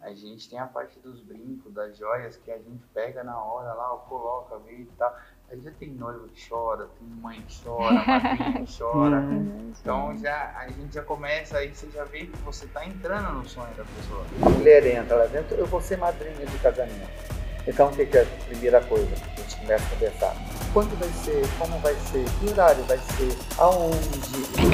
A gente tem a parte dos brincos, das joias, que a gente pega na hora lá, coloca, vê e tal. Aí já tem noiva que chora, tem mãe que chora, madrinha que chora. Então a gente já começa, aí você já vê que você está entrando no sonho da pessoa. A mulher entra lá dentro, eu vou ser madrinha de casamento. Então o que é a primeira coisa que a gente começa a conversar? Quando vai ser? Como vai ser? Que horário vai ser? Aonde?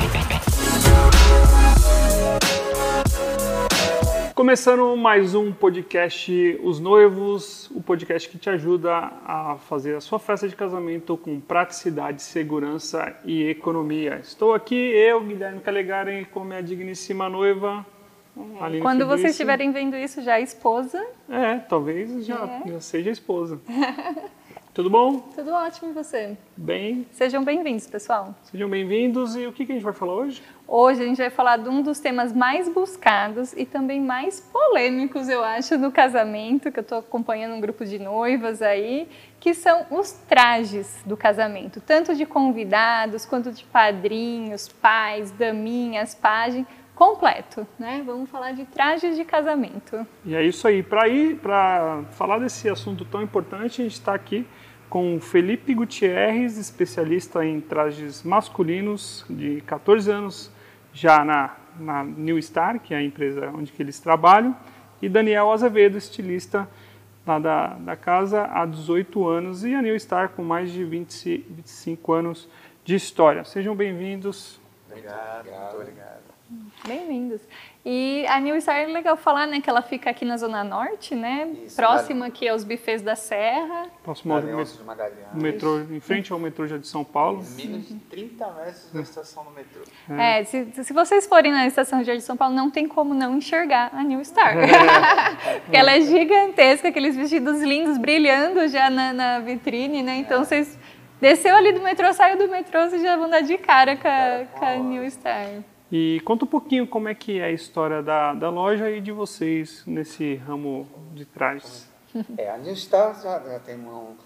Começando mais um podcast Os Noivos, o podcast que te ajuda a fazer a sua festa de casamento com praticidade, segurança e economia. Estou aqui, eu, Guilherme Calegari, com minha digníssima noiva, Aline Quando Fibrício. vocês estiverem vendo isso, já é esposa. Talvez já seja esposa. Tudo bom? Tudo ótimo, e você? Bem. Sejam bem-vindos, pessoal. Sejam bem-vindos. E o que a gente vai falar hoje? Hoje a gente vai falar de um dos temas mais buscados e também mais polêmicos, eu acho, no casamento, que eu estou acompanhando um grupo de noivas aí, que são os trajes do casamento, tanto de convidados quanto de padrinhos, pais, daminhas, pajem, completo, né? Vamos falar de trajes de casamento. E é isso aí. Para falar desse assunto tão importante, a gente está aqui com o Felipe Gutierrez, especialista em trajes masculinos, de 14 anos já na New Star, que é a empresa onde que eles trabalham, e Daniel Azevedo, estilista lá da casa há 18 anos, e a New Star com mais de 25 anos de história. Sejam bem-vindos. Obrigado, muito obrigado. Bem-vindos. E a New Star é legal falar, né, que ela fica aqui na Zona Norte, né? Isso, próxima aqui aos bufês da Serra. Próximo ao Alonso de Magalhães. metrô, em frente ao metrô já de São Paulo. Menos de 30 metros da estação do metrô. Se vocês forem na estação de Jardim de São Paulo, não tem como não enxergar a New Star. Porque ela é gigantesca, aqueles vestidos lindos, brilhando já na vitrine, né? Então, vocês desceu ali do metrô, saiu do metrô, vocês já vão dar de cara com a New Star. E conta um pouquinho como é que é a história da loja e de vocês nesse ramo de trajes. A New Star já tem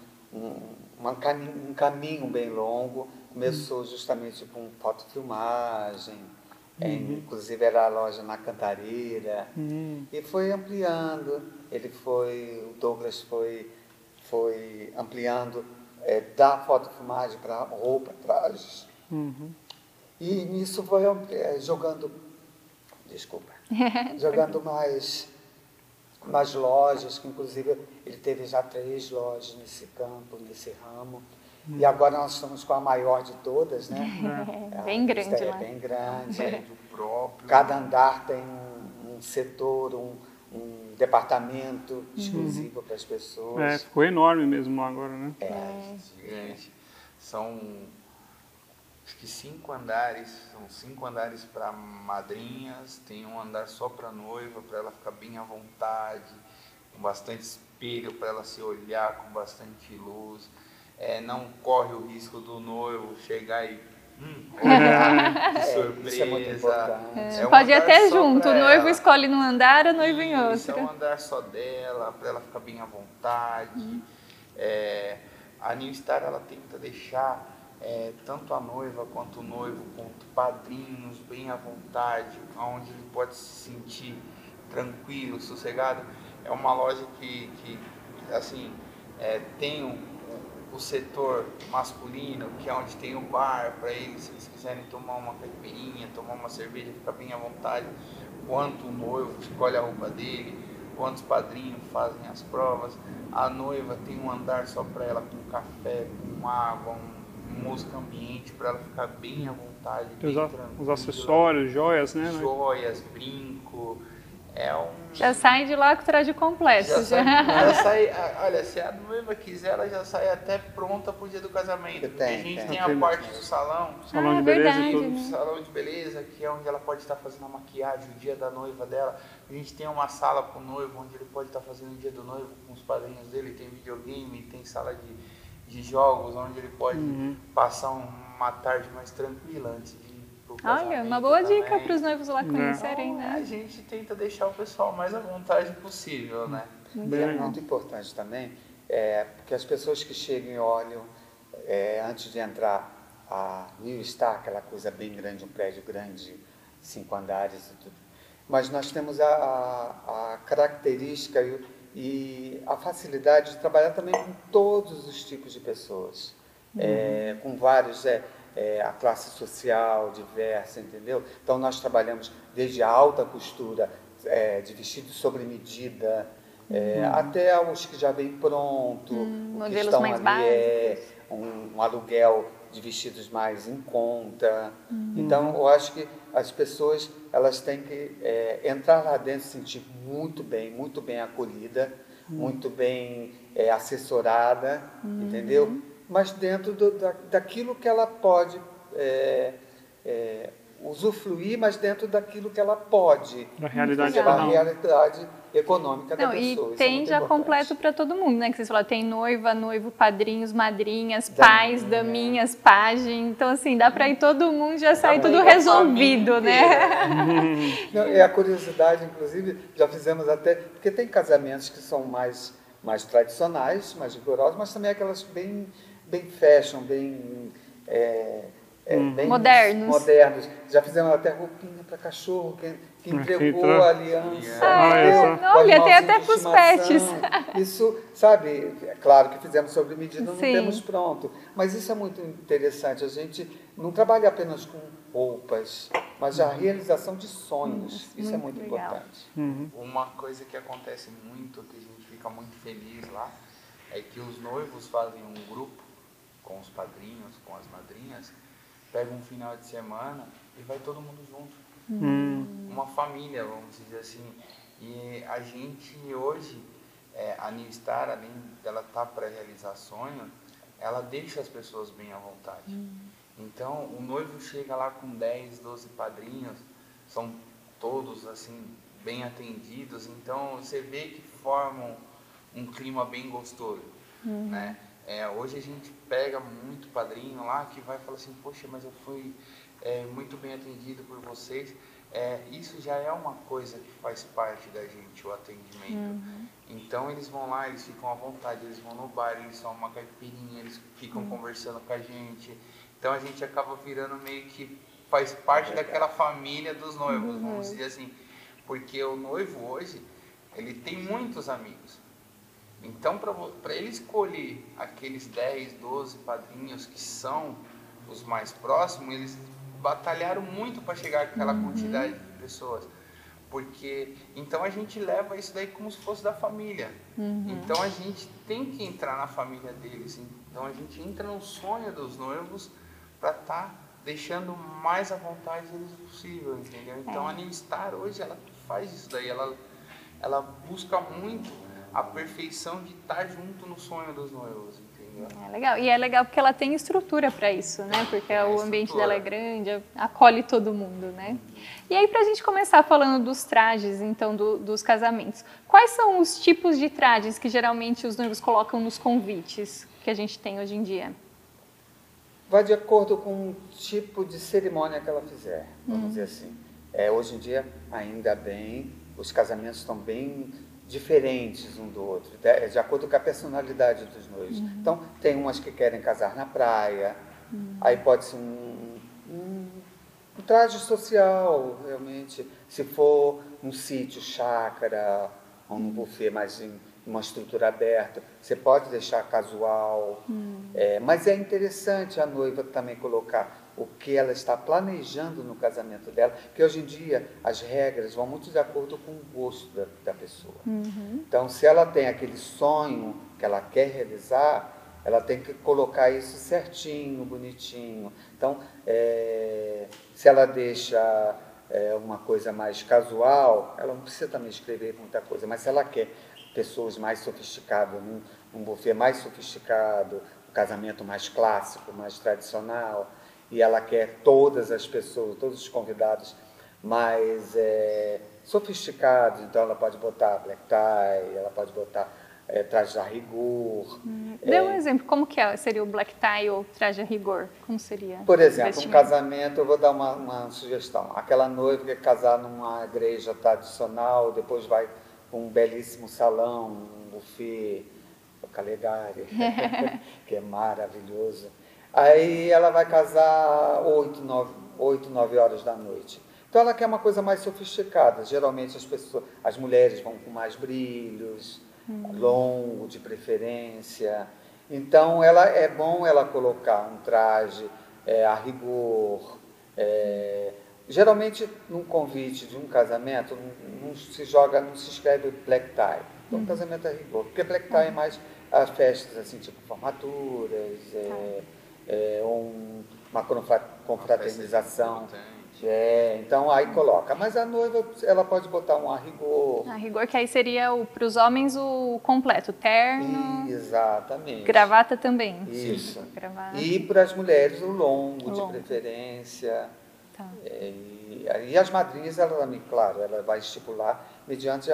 um caminho bem longo. Começou justamente com fotofilmagem, inclusive era a loja na Cantareira, e foi ampliando. O Douglas foi ampliando da fotofilmagem para roupa, trajes. E nisso foi jogando mais lojas, que inclusive ele teve já 3 lojas nesse campo, nesse ramo. E agora nós estamos com a maior de todas, né? Bem grande lá. É bem grande. Do próprio. Cada andar tem um setor, um departamento exclusivo para as pessoas. Ficou enorme mesmo lá agora, né? Gigante. São acho que 5 andares, são 5 andares para madrinhas, tem um andar só para noiva, para ela ficar bem à vontade, com bastante espelho para ela se olhar, com bastante luz. Não corre o risco do noivo chegar e olhar de surpresa. Isso é muito importante. Pode ir até junto, o noivo escolhe num andar, a noiva em outro. Isso é um andar só dela, para ela ficar bem à vontade. A New Star, ela tenta deixar tanto a noiva quanto o noivo, quanto padrinhos, bem à vontade, onde ele pode se sentir tranquilo, sossegado. É uma loja que assim, tem o setor masculino, que é onde tem o bar, para eles, se eles quiserem tomar uma caipirinha, tomar uma cerveja, ficar bem à vontade, quanto o noivo escolhe a roupa dele, quantos padrinhos fazem as provas. A noiva tem um andar só para ela, com café, com água, música ambiente, para ela ficar bem à vontade, bem tranquila. Os acessórios, joias, né? Joias, brinco. Já sai de lá com o traje completo. Já sai, olha, se a noiva quiser, ela já sai até pronta pro dia do casamento. Porque a gente tem a parte do salão de beleza e tudo. Né? Salão de beleza, que é onde ela pode estar fazendo a maquiagem, o dia da noiva dela. A gente tem uma sala pro noivo, onde ele pode estar fazendo o dia do noivo com os padrinhos dele. Tem videogame, tem sala de jogos, onde ele pode passar uma tarde mais tranquila antes de ir pro casamento. Olha, uma boa também. dica para os noivos lá conhecerem, Então, né? a gente tenta deixar o pessoal mais à vontade possível, né? E é muito importante também, porque as pessoas que chegam e olham, antes de entrar a New Star, aquela coisa bem grande, um prédio grande, 5 andares e tudo, mas nós temos a característica e a facilidade de trabalhar também com todos os tipos de pessoas, com vários, a classe social diversa, entendeu? Então nós trabalhamos desde a alta costura, de vestidos sobre medida, até os que já vem pronto, modelos que estão mais ali, básicos. um aluguel de vestidos mais em conta. Então, eu acho que as pessoas elas têm que entrar lá dentro, se sentir muito bem acolhida, muito bem assessorada, entendeu? Mas dentro daquilo que ela pode usufruir, mas dentro daquilo que ela pode. Da realidade Legal. Da realidade econômica da Não, pessoa. e Isso é tem muito já importante. completo para todo mundo, né? Que vocês falaram, tem noiva, noivo, padrinhos, madrinhas, pais, daminhas, pajem. Então, assim, dá para ir todo mundo, já sai tudo resolvido, né? Não, e a curiosidade, inclusive, já fizemos até... Porque tem casamentos que são mais tradicionais, mais rigorosos, mas também aquelas bem fashion, bem modernos. Já fizemos até roupinha para cachorro, que entregou a aliança. Olha, tem até para os pets. Isso, sabe, é claro que fizemos sobre medida, não Sim. temos pronto. Mas isso é muito interessante. A gente não trabalha apenas com roupas, mas a realização de sonhos. Isso é muito legal. importante. Uma coisa que acontece muito, que a gente fica muito feliz lá, é que os noivos fazem um grupo com os padrinhos, com as madrinhas, pega um final de semana e vai todo mundo junto. Uma família, vamos dizer assim. E a gente hoje, a New Star, além dela estar para realizar sonho, ela deixa as pessoas bem à vontade. Então, o noivo chega lá com 10, 12 padrinhos, são todos assim bem atendidos, então você vê que formam um clima bem gostoso, né? Hoje a gente pega muito padrinho lá que vai falar assim, poxa, mas eu fui muito bem atendido por vocês. Isso já é uma coisa que faz parte da gente, o atendimento. Então eles vão lá, eles ficam à vontade, eles vão no bar, eles tomam uma caipirinha, eles ficam conversando com a gente. Então a gente acaba virando meio que faz parte daquela família dos noivos, vamos dizer assim. Porque o noivo hoje, ele tem muitos amigos. Então, para ele escolher aqueles 10, 12 padrinhos que são os mais próximos, eles batalharam muito para chegar àquela quantidade de pessoas. Porque, então a gente leva isso daí como se fosse da família. Então a gente tem que entrar na família deles. Então a gente entra no sonho dos noivos para estar deixando mais à vontade eles possível, entendeu? Então a New Star hoje, ela faz isso daí, ela busca muito a perfeição de estar junto no sonho dos noivos, entendeu? Legal. E é legal porque ela tem estrutura para isso, né? Porque o ambiente dela é grande, acolhe todo mundo, né? E aí, para a gente começar falando dos trajes, então, dos casamentos, quais são os tipos de trajes que geralmente os noivos colocam nos convites que a gente tem hoje em dia? Vai de acordo com o tipo de cerimônia que ela fizer, vamos dizer assim. Hoje em dia, ainda bem, os casamentos estão bem diferentes um do outro, de acordo com a personalidade dos noivos. Então, tem umas que querem casar na praia, aí pode ser um traje social, realmente. Se for um sítio, chácara, ou um buffet mais em uma estrutura aberta, você pode deixar casual. Mas é interessante a noiva também colocar o que ela está planejando no casamento dela, porque hoje em dia as regras vão muito de acordo com o gosto da pessoa. Então, se ela tem aquele sonho que ela quer realizar, ela tem que colocar isso certinho, bonitinho. Então, se ela deixa uma coisa mais casual, ela não precisa também escrever muita coisa, mas se ela quer pessoas mais sofisticadas, um buffet mais sofisticado, um casamento mais clássico, mais tradicional, e ela quer todas as pessoas, todos os convidados mais sofisticados, então ela pode botar black tie, ela pode botar traje a rigor. Dê um exemplo, como que seria o black tie ou traje a rigor? Como seria? Por exemplo, um casamento, eu vou dar uma sugestão. Aquela noiva que quer casar numa igreja tradicional, depois vai para um belíssimo salão, um buffet, o Calegari, que é maravilhoso. Aí ela vai casar 8, 9 horas da noite. Então ela quer uma coisa mais sofisticada. Geralmente as mulheres vão com mais brilhos, longo de preferência. Então é bom ela colocar um traje a rigor. Geralmente num convite de um casamento não se escreve black tie. Então um casamento a rigor, porque black tie é mais as festas assim, tipo formaturas, uma confraternização. Então aí coloca. Mas a noiva, ela pode botar um a rigor. A rigor, que aí seria para os homens o completo, terno. Exatamente. Gravata também. Isso. Gravata. E para as mulheres o longo, de preferência. Tá. E as madrinhas, ela também, claro, ela vai estipular mediante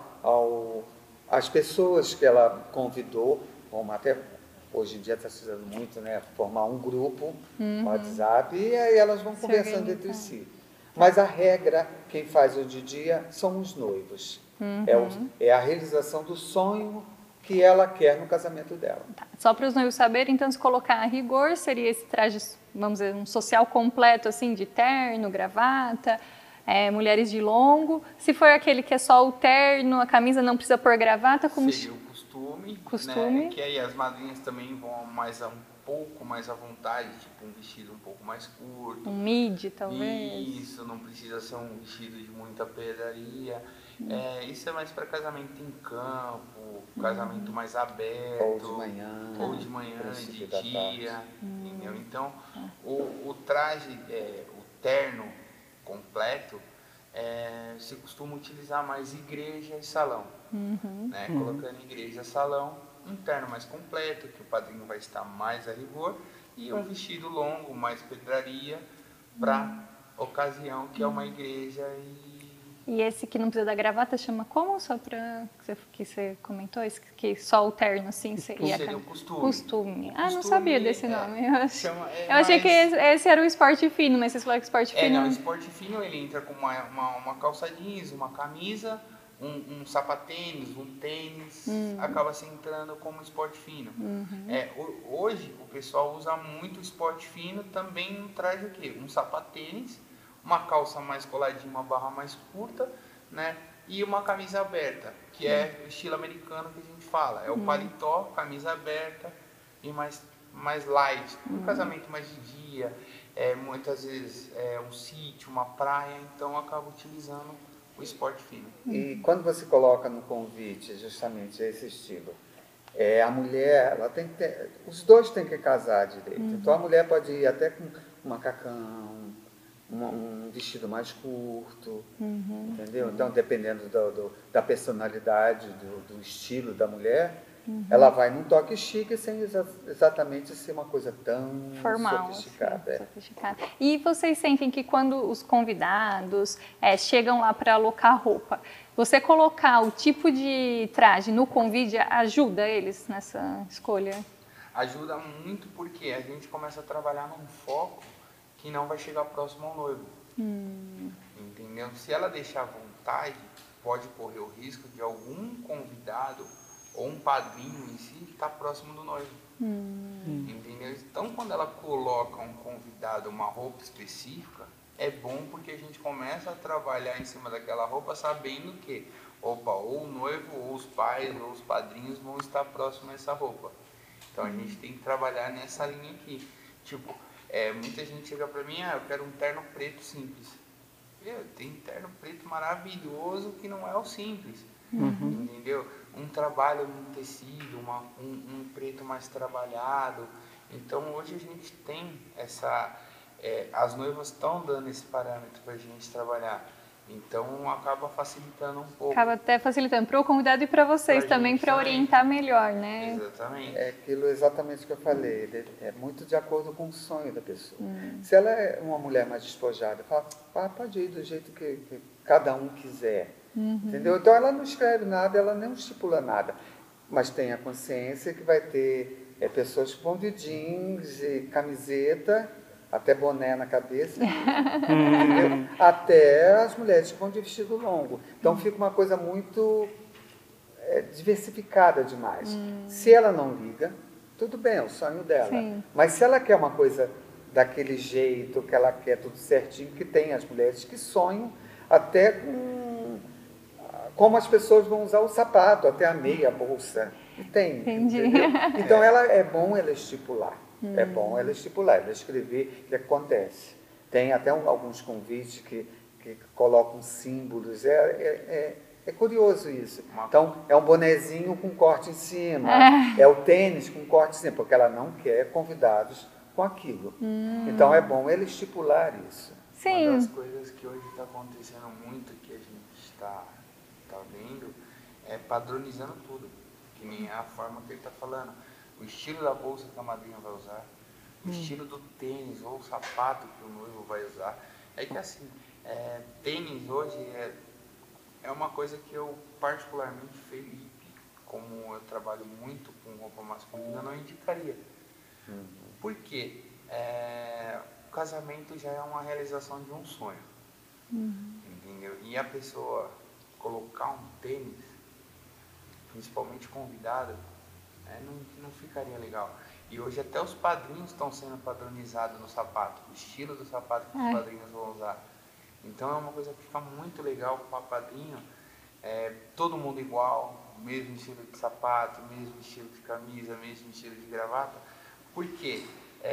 as pessoas que ela convidou, como até hoje em dia está se usando muito, né? Formar um grupo no WhatsApp e aí elas vão conversando entre si. Mas a regra, quem faz o de dia são os noivos. É a realização do sonho que ela quer no casamento dela. Tá. Só para os noivos saberem, então, se colocar a rigor, seria esse traje, vamos dizer, um social completo, assim, de terno, gravata, mulheres de longo. Se for aquele que é só o terno, a camisa não precisa pôr gravata, como... Seria o costume. Né? Que aí as madrinhas também vão um pouco mais à vontade, tipo um vestido um pouco mais curto. Um midi, talvez. Isso, não precisa ser um vestido de muita pedraria. Isso é mais para casamento em campo, casamento mais aberto. Ou de manhã, de dia. Entendeu? Então, o traje, o terno completo, se costuma utilizar mais igreja e salão. Né? Colocando igreja e salão, um terno mais completo, que o padrinho vai estar mais a rigor, e um vestido longo, mais pedraria, para ocasião, que é uma igreja E esse que não precisa da gravata chama como? Só para que você comentou, esse que só o terno assim seria o costume. Costume. Não sabia desse nome. Eu achei mais... que esse era o esporte fino, mas vocês falaram que esporte fino. Não, o esporte fino ele entra com uma calça jeans, uma camisa, um sapatênis, um tênis, acaba se entrando como esporte fino. Hoje o pessoal usa muito o esporte fino, também traz o quê? Um sapatênis, uma calça mais coladinha, uma barra mais curta, né? E uma camisa aberta, que é o estilo americano que a gente fala. É o paletó, camisa aberta e mais light. Um casamento mais de dia, muitas vezes um sítio, uma praia, então acaba utilizando o esporte fino. E quando você coloca no convite justamente esse estilo, a mulher, ela tem que ter, os dois têm que casar direito. Então a mulher pode ir até com um macacão, um vestido mais curto, entendeu? Então, dependendo da personalidade, do estilo da mulher, ela vai num toque chique sem exatamente ser uma coisa tão formal, sofisticada. Sofisticada. E vocês sentem que quando os convidados chegam lá para alocar roupa, você colocar o tipo de traje no convite ajuda eles nessa escolha? Ajuda muito porque a gente começa a trabalhar num foco que não vai chegar próximo ao noivo. Entendeu? Se ela deixar à vontade, pode correr o risco de algum convidado ou um padrinho em si estar próximo do noivo. Entendeu? Então, quando ela coloca um convidado uma roupa específica, é bom porque a gente começa a trabalhar em cima daquela roupa sabendo que, ou o noivo, ou os pais, ou os padrinhos vão estar próximos a essa roupa. Então, a gente tem que trabalhar nessa linha aqui. Tipo, muita gente chega pra mim, eu quero um terno preto simples. Tem terno preto maravilhoso que não é o simples. Entendeu? Um trabalho no tecido, um preto mais trabalhado. Então hoje a gente tem as noivas estão dando esse parâmetro para a gente trabalhar. Então acaba facilitando um pouco. Acaba até facilitando para o convidado e para vocês também, para orientar melhor, né? Exatamente. É aquilo exatamente que eu falei, é muito de acordo com o sonho da pessoa. Se ela é uma mulher mais despojada, fala, pode ir do jeito que cada um quiser. Entendeu? Então ela não escreve nada, ela não estipula nada, mas tem a consciência que vai ter pessoas que vão de jeans e camiseta, até boné na cabeça, entendeu? Até as mulheres que vão de vestido longo. Então fica uma coisa muito diversificada demais. Se ela não liga, tudo bem, é o sonho dela. Sim. Mas se ela quer uma coisa daquele jeito que ela quer, tudo certinho, que tem as mulheres que sonham até com como as pessoas vão usar o sapato, até a meia, a bolsa. E tem, Entendi. entendeu? Então é bom ela estipular. É bom ela estipular, ela escrever o que acontece. Tem até alguns convites que colocam símbolos. É curioso isso. Então, é um bonezinho com corte em cima, é o tênis com corte em cima, porque ela não quer convidados com aquilo. Então, é bom ela estipular isso. Sim. Uma das coisas que hoje está acontecendo muito, que a gente está vendo, é padronizando tudo. Que nem a forma que ele está falando. O estilo da bolsa que a madrinha vai usar, o estilo do tênis ou o sapato que o noivo vai usar. É que assim, tênis hoje é uma coisa que eu, particularmente, Felipe, como eu trabalho muito com roupa masculina, não indicaria. Por quê? O casamento já é uma realização de um sonho. Entendeu? E a pessoa colocar um tênis, principalmente convidada, não ficaria legal. E hoje até os padrinhos estão sendo padronizados no sapato, o estilo do sapato que os padrinhos vão usar. Então é uma coisa que fica muito legal com o padrinho, todo mundo igual, mesmo estilo de sapato, mesmo estilo de camisa, mesmo estilo de gravata. Por quê?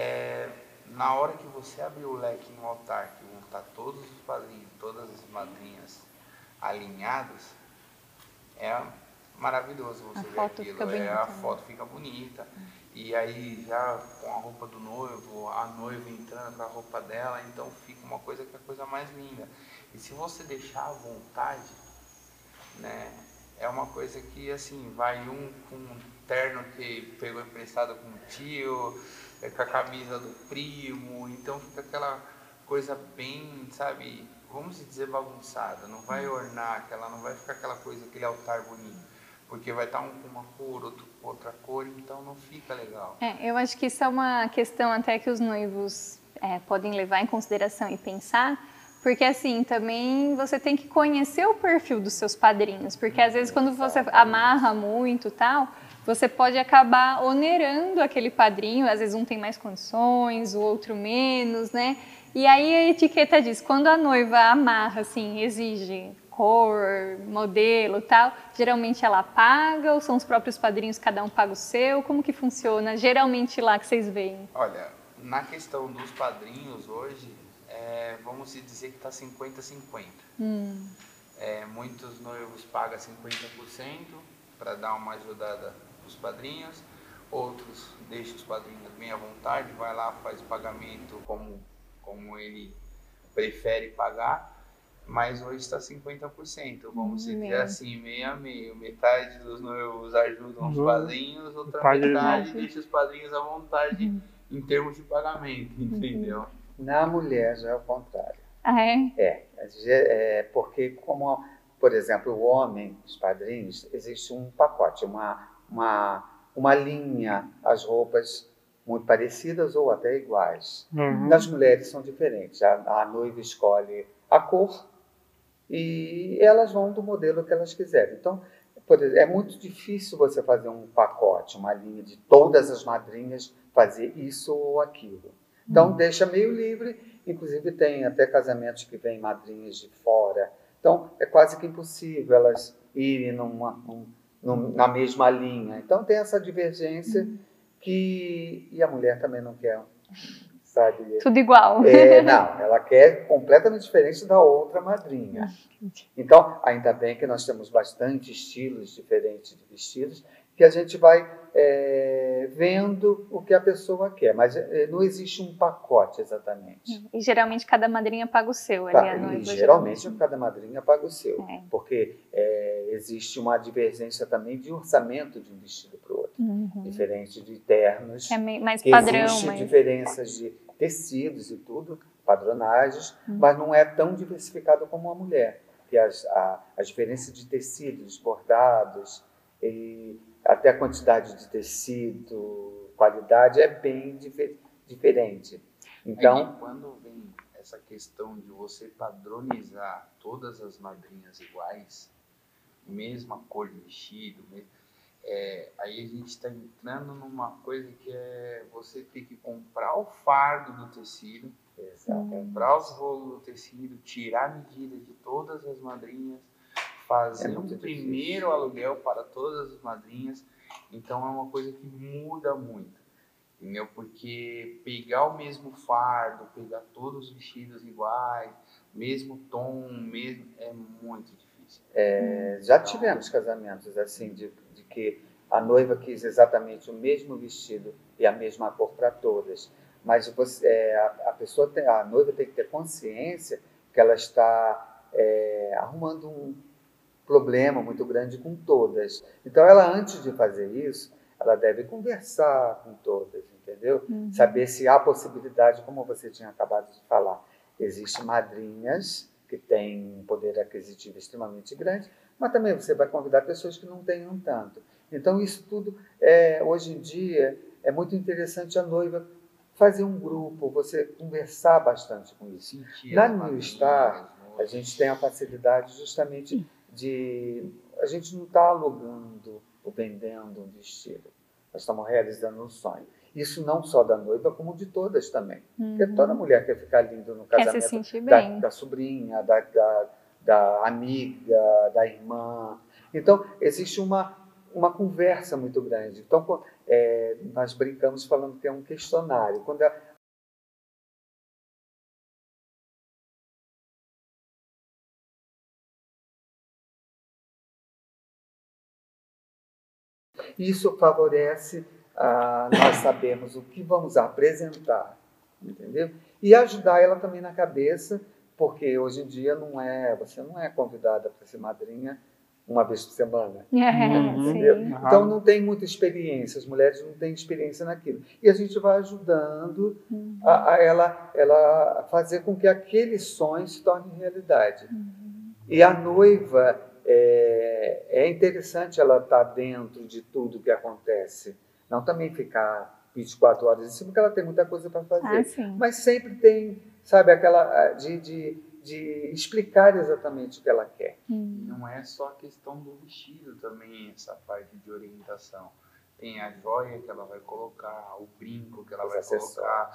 Na hora que você abrir o leque no altar, que vão estar todos os padrinhos, todas as madrinhas alinhados, é maravilhoso você ver aquilo. A foto fica bonita. E aí já com a roupa do noivo, a noiva entrando com a roupa dela, então fica uma coisa que é a coisa mais linda. E se você deixar à vontade, né, é uma coisa que assim, vai um com um terno que pegou emprestado com o tio, com a camisa do primo, então fica aquela coisa bem, sabe, vamos dizer, bagunçada, não vai ornar, não vai ficar aquela coisa, aquele altar bonito. Porque vai estar um com uma cor, outro com outra cor, então não fica legal. Eu acho que isso é uma questão até que os noivos podem levar em consideração e pensar, porque assim, também você tem que conhecer o perfil dos seus padrinhos, porque às vezes quando você amarra muito tal, você pode acabar onerando aquele padrinho, às vezes um tem mais condições, o outro menos, né? E aí a etiqueta diz, quando a noiva amarra, assim, exige cor, modelo, tal, geralmente ela paga ou são os próprios padrinhos, cada um paga o seu? Como que funciona geralmente lá que vocês veem? Olha, na questão dos padrinhos hoje, vamos dizer que está 50-50. Muitos noivos pagam 50% para dar uma ajudada para os padrinhos, outros deixam os padrinhos bem à vontade, vai lá, faz o pagamento como ele prefere pagar. Mas hoje está 50%, vamos dizer assim, meio a meio. Metade dos noivos ajudam os padrinhos, outra metade deixa os padrinhos à vontade em termos de pagamento, entendeu? Na mulher já é o contrário. Ah, é? Porque como, por exemplo, o homem, os padrinhos, existe um pacote, uma linha, as roupas muito parecidas ou até iguais. Nas mulheres são diferentes, a noiva escolhe a cor, e elas vão do modelo que elas quiserem. Então, por exemplo, é muito difícil você fazer um pacote, uma linha de todas as madrinhas fazer isso ou aquilo. Então, deixa meio livre. Inclusive, tem até casamentos que vêm madrinhas de fora. Então, é quase que impossível elas irem na mesma linha. Então, tem essa divergência e a mulher também não quer, sabe? Tudo igual. Não, ela quer completamente diferente da outra madrinha. Então, ainda bem que nós temos bastante estilos diferentes de vestidos, que a gente vai vendo o que a pessoa quer, mas não existe um pacote exatamente. E geralmente cada madrinha paga o seu, ali a noiva. Geralmente cada madrinha paga o seu, porque existe uma divergência também de orçamento de um vestido para o outro, diferente de ternos, que é mais que padrão, existe diferenças de tecidos e tudo, padronagens, mas não é tão diversificado como a mulher, que as diferenças de tecidos, bordados, e até a quantidade de tecido, qualidade, é bem diferente. Então, quando vem essa questão de você padronizar todas as madrinhas iguais, mesma cor de vestido, aí a gente está entrando numa coisa que é você ter que comprar o fardo do tecido, comprar os rolos do tecido, tirar a medida de todas as madrinhas, fazer um primeiro aluguel para todas as madrinhas. Então é uma coisa que muda muito, entendeu? Porque pegar o mesmo fardo, pegar todos os vestidos iguais, mesmo tom, é muito difícil. Já tivemos casamentos assim, de que a noiva quis exatamente o mesmo vestido e a mesma cor para todas. Mas a noiva tem que ter consciência que ela está arrumando um problema muito grande com todas. Então, ela, antes de fazer isso, ela deve conversar com todas, entendeu? Saber se há possibilidade, como você tinha acabado de falar. Existem madrinhas que têm um poder aquisitivo extremamente grande, mas também você vai convidar pessoas que não tenham tanto. Então, isso tudo, hoje em dia, é muito interessante a noiva fazer um grupo, você conversar bastante com isso. Na New Star, a gente tem a facilidade justamente a gente não está alugando ou vendendo um vestido, nós estamos realizando um sonho. Isso não só da noiva, como de todas também. Porque toda mulher quer ficar linda no casamento, quer se sentir bem. Da sobrinha, da amiga, da irmã. Então, existe uma conversa muito grande. Então, nós brincamos falando que é um questionário. Quando isso favorece nós sabermos o que vamos apresentar, entendeu? E ajudar ela também na cabeça, porque hoje em dia você não é convidada para ser madrinha uma vez por semana, entendeu? Então não tem muita experiência, as mulheres não têm experiência naquilo. E a gente vai ajudando a ela fazer com que aquele sonho se torne realidade. E a noiva, é interessante ela estar dentro de tudo que acontece. Não também ficar 24 horas em cima, porque ela tem muita coisa para fazer. Mas sempre tem, sabe, aquela de explicar exatamente o que ela quer. Não é só a questão do vestido também, essa parte de orientação. Tem a joia que ela vai colocar, o brinco que ela vai colocar,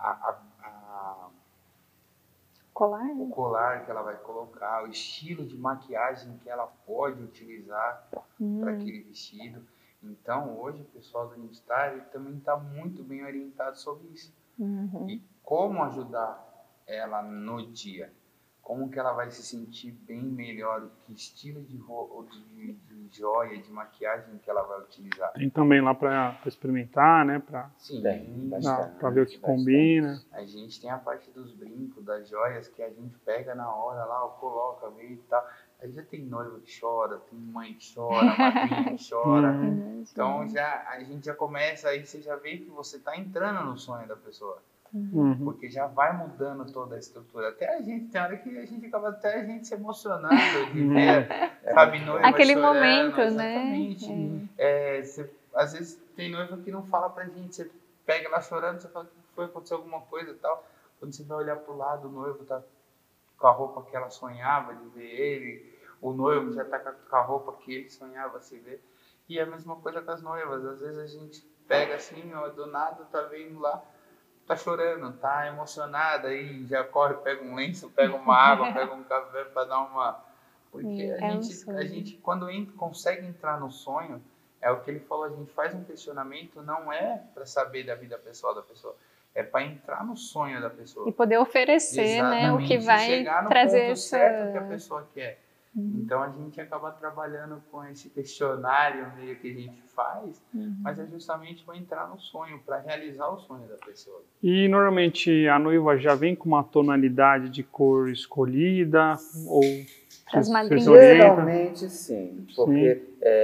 o colar que ela vai colocar, o estilo de maquiagem que ela pode utilizar para aquele vestido. Então, hoje, o pessoal do New Star também está muito bem orientado sobre isso. E como ajudar ela no dia. Como que ela vai se sentir bem melhor, que estilo de joia, de maquiagem que ela vai utilizar. Tem também lá para experimentar, né? Sim, para ver o que combina. A gente tem a parte dos brincos, das joias, que a gente pega na hora lá, coloca, vê e tal. Aí já tem noiva que chora, tem mãe que chora, madrinha que chora. Então a gente já começa, aí você já vê que você está entrando no sonho da pessoa. Porque já vai mudando toda a estrutura. Até a gente, tem hora que a gente acaba até a gente se emocionando de ver, sabe, noiva aquele chorando, momento, exatamente. Né? Às vezes tem noiva que não fala pra gente, você pega ela chorando, você fala que foi, aconteceu alguma coisa e tal. Quando você vai olhar pro lado, o noivo tá com a roupa que ela sonhava de ver ele, o noivo já tá com a roupa que ele sonhava se ver. E é a mesma coisa com as noivas. Às vezes a gente pega assim, ó, do nada tá vendo lá, tá chorando, tá emocionada, aí já corre, pega um lenço, pega uma água, pega um café para dar uma... Porque a gente quando consegue entrar no sonho, é o que ele falou, a gente faz um questionamento, não é para saber da vida pessoal da pessoa, é para entrar no sonho da pessoa. E poder oferecer, né, o que vai chegar no trazer ponto certo que a pessoa quer. Então a gente acaba trabalhando com esse questionário meio que a gente faz, mas é justamente para entrar no sonho, para realizar o sonho da pessoa. E normalmente a noiva já vem com uma tonalidade de cor escolhida ou as madrinhas? Geralmente sim, porque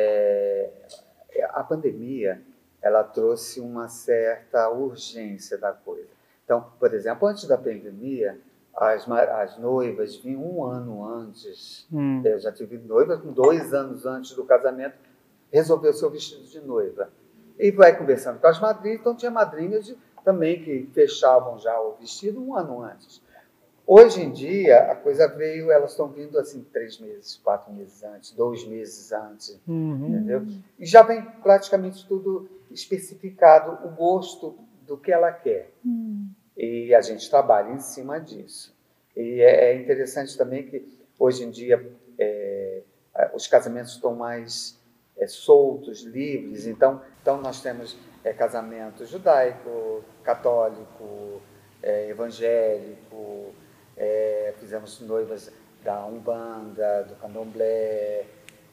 a pandemia ela trouxe uma certa urgência da coisa. Então, por exemplo, antes da pandemia, as noivas vinham um ano antes. Eu já tive noiva com 2 anos antes do casamento, resolveu seu vestido de noiva. E vai conversando com as madrinhas, então tinha madrinhas também que fechavam já o vestido um ano antes. Hoje em dia, a coisa veio, elas estão vindo assim 3 meses, 4 meses antes, 2 meses antes, entendeu? E já vem praticamente tudo especificado, o gosto do que ela quer. E a gente trabalha em cima disso. E é interessante também que hoje em dia os casamentos estão mais soltos, livres. Então nós temos casamento judaico, católico, evangélico, fizemos noivas da Umbanda, do Candomblé.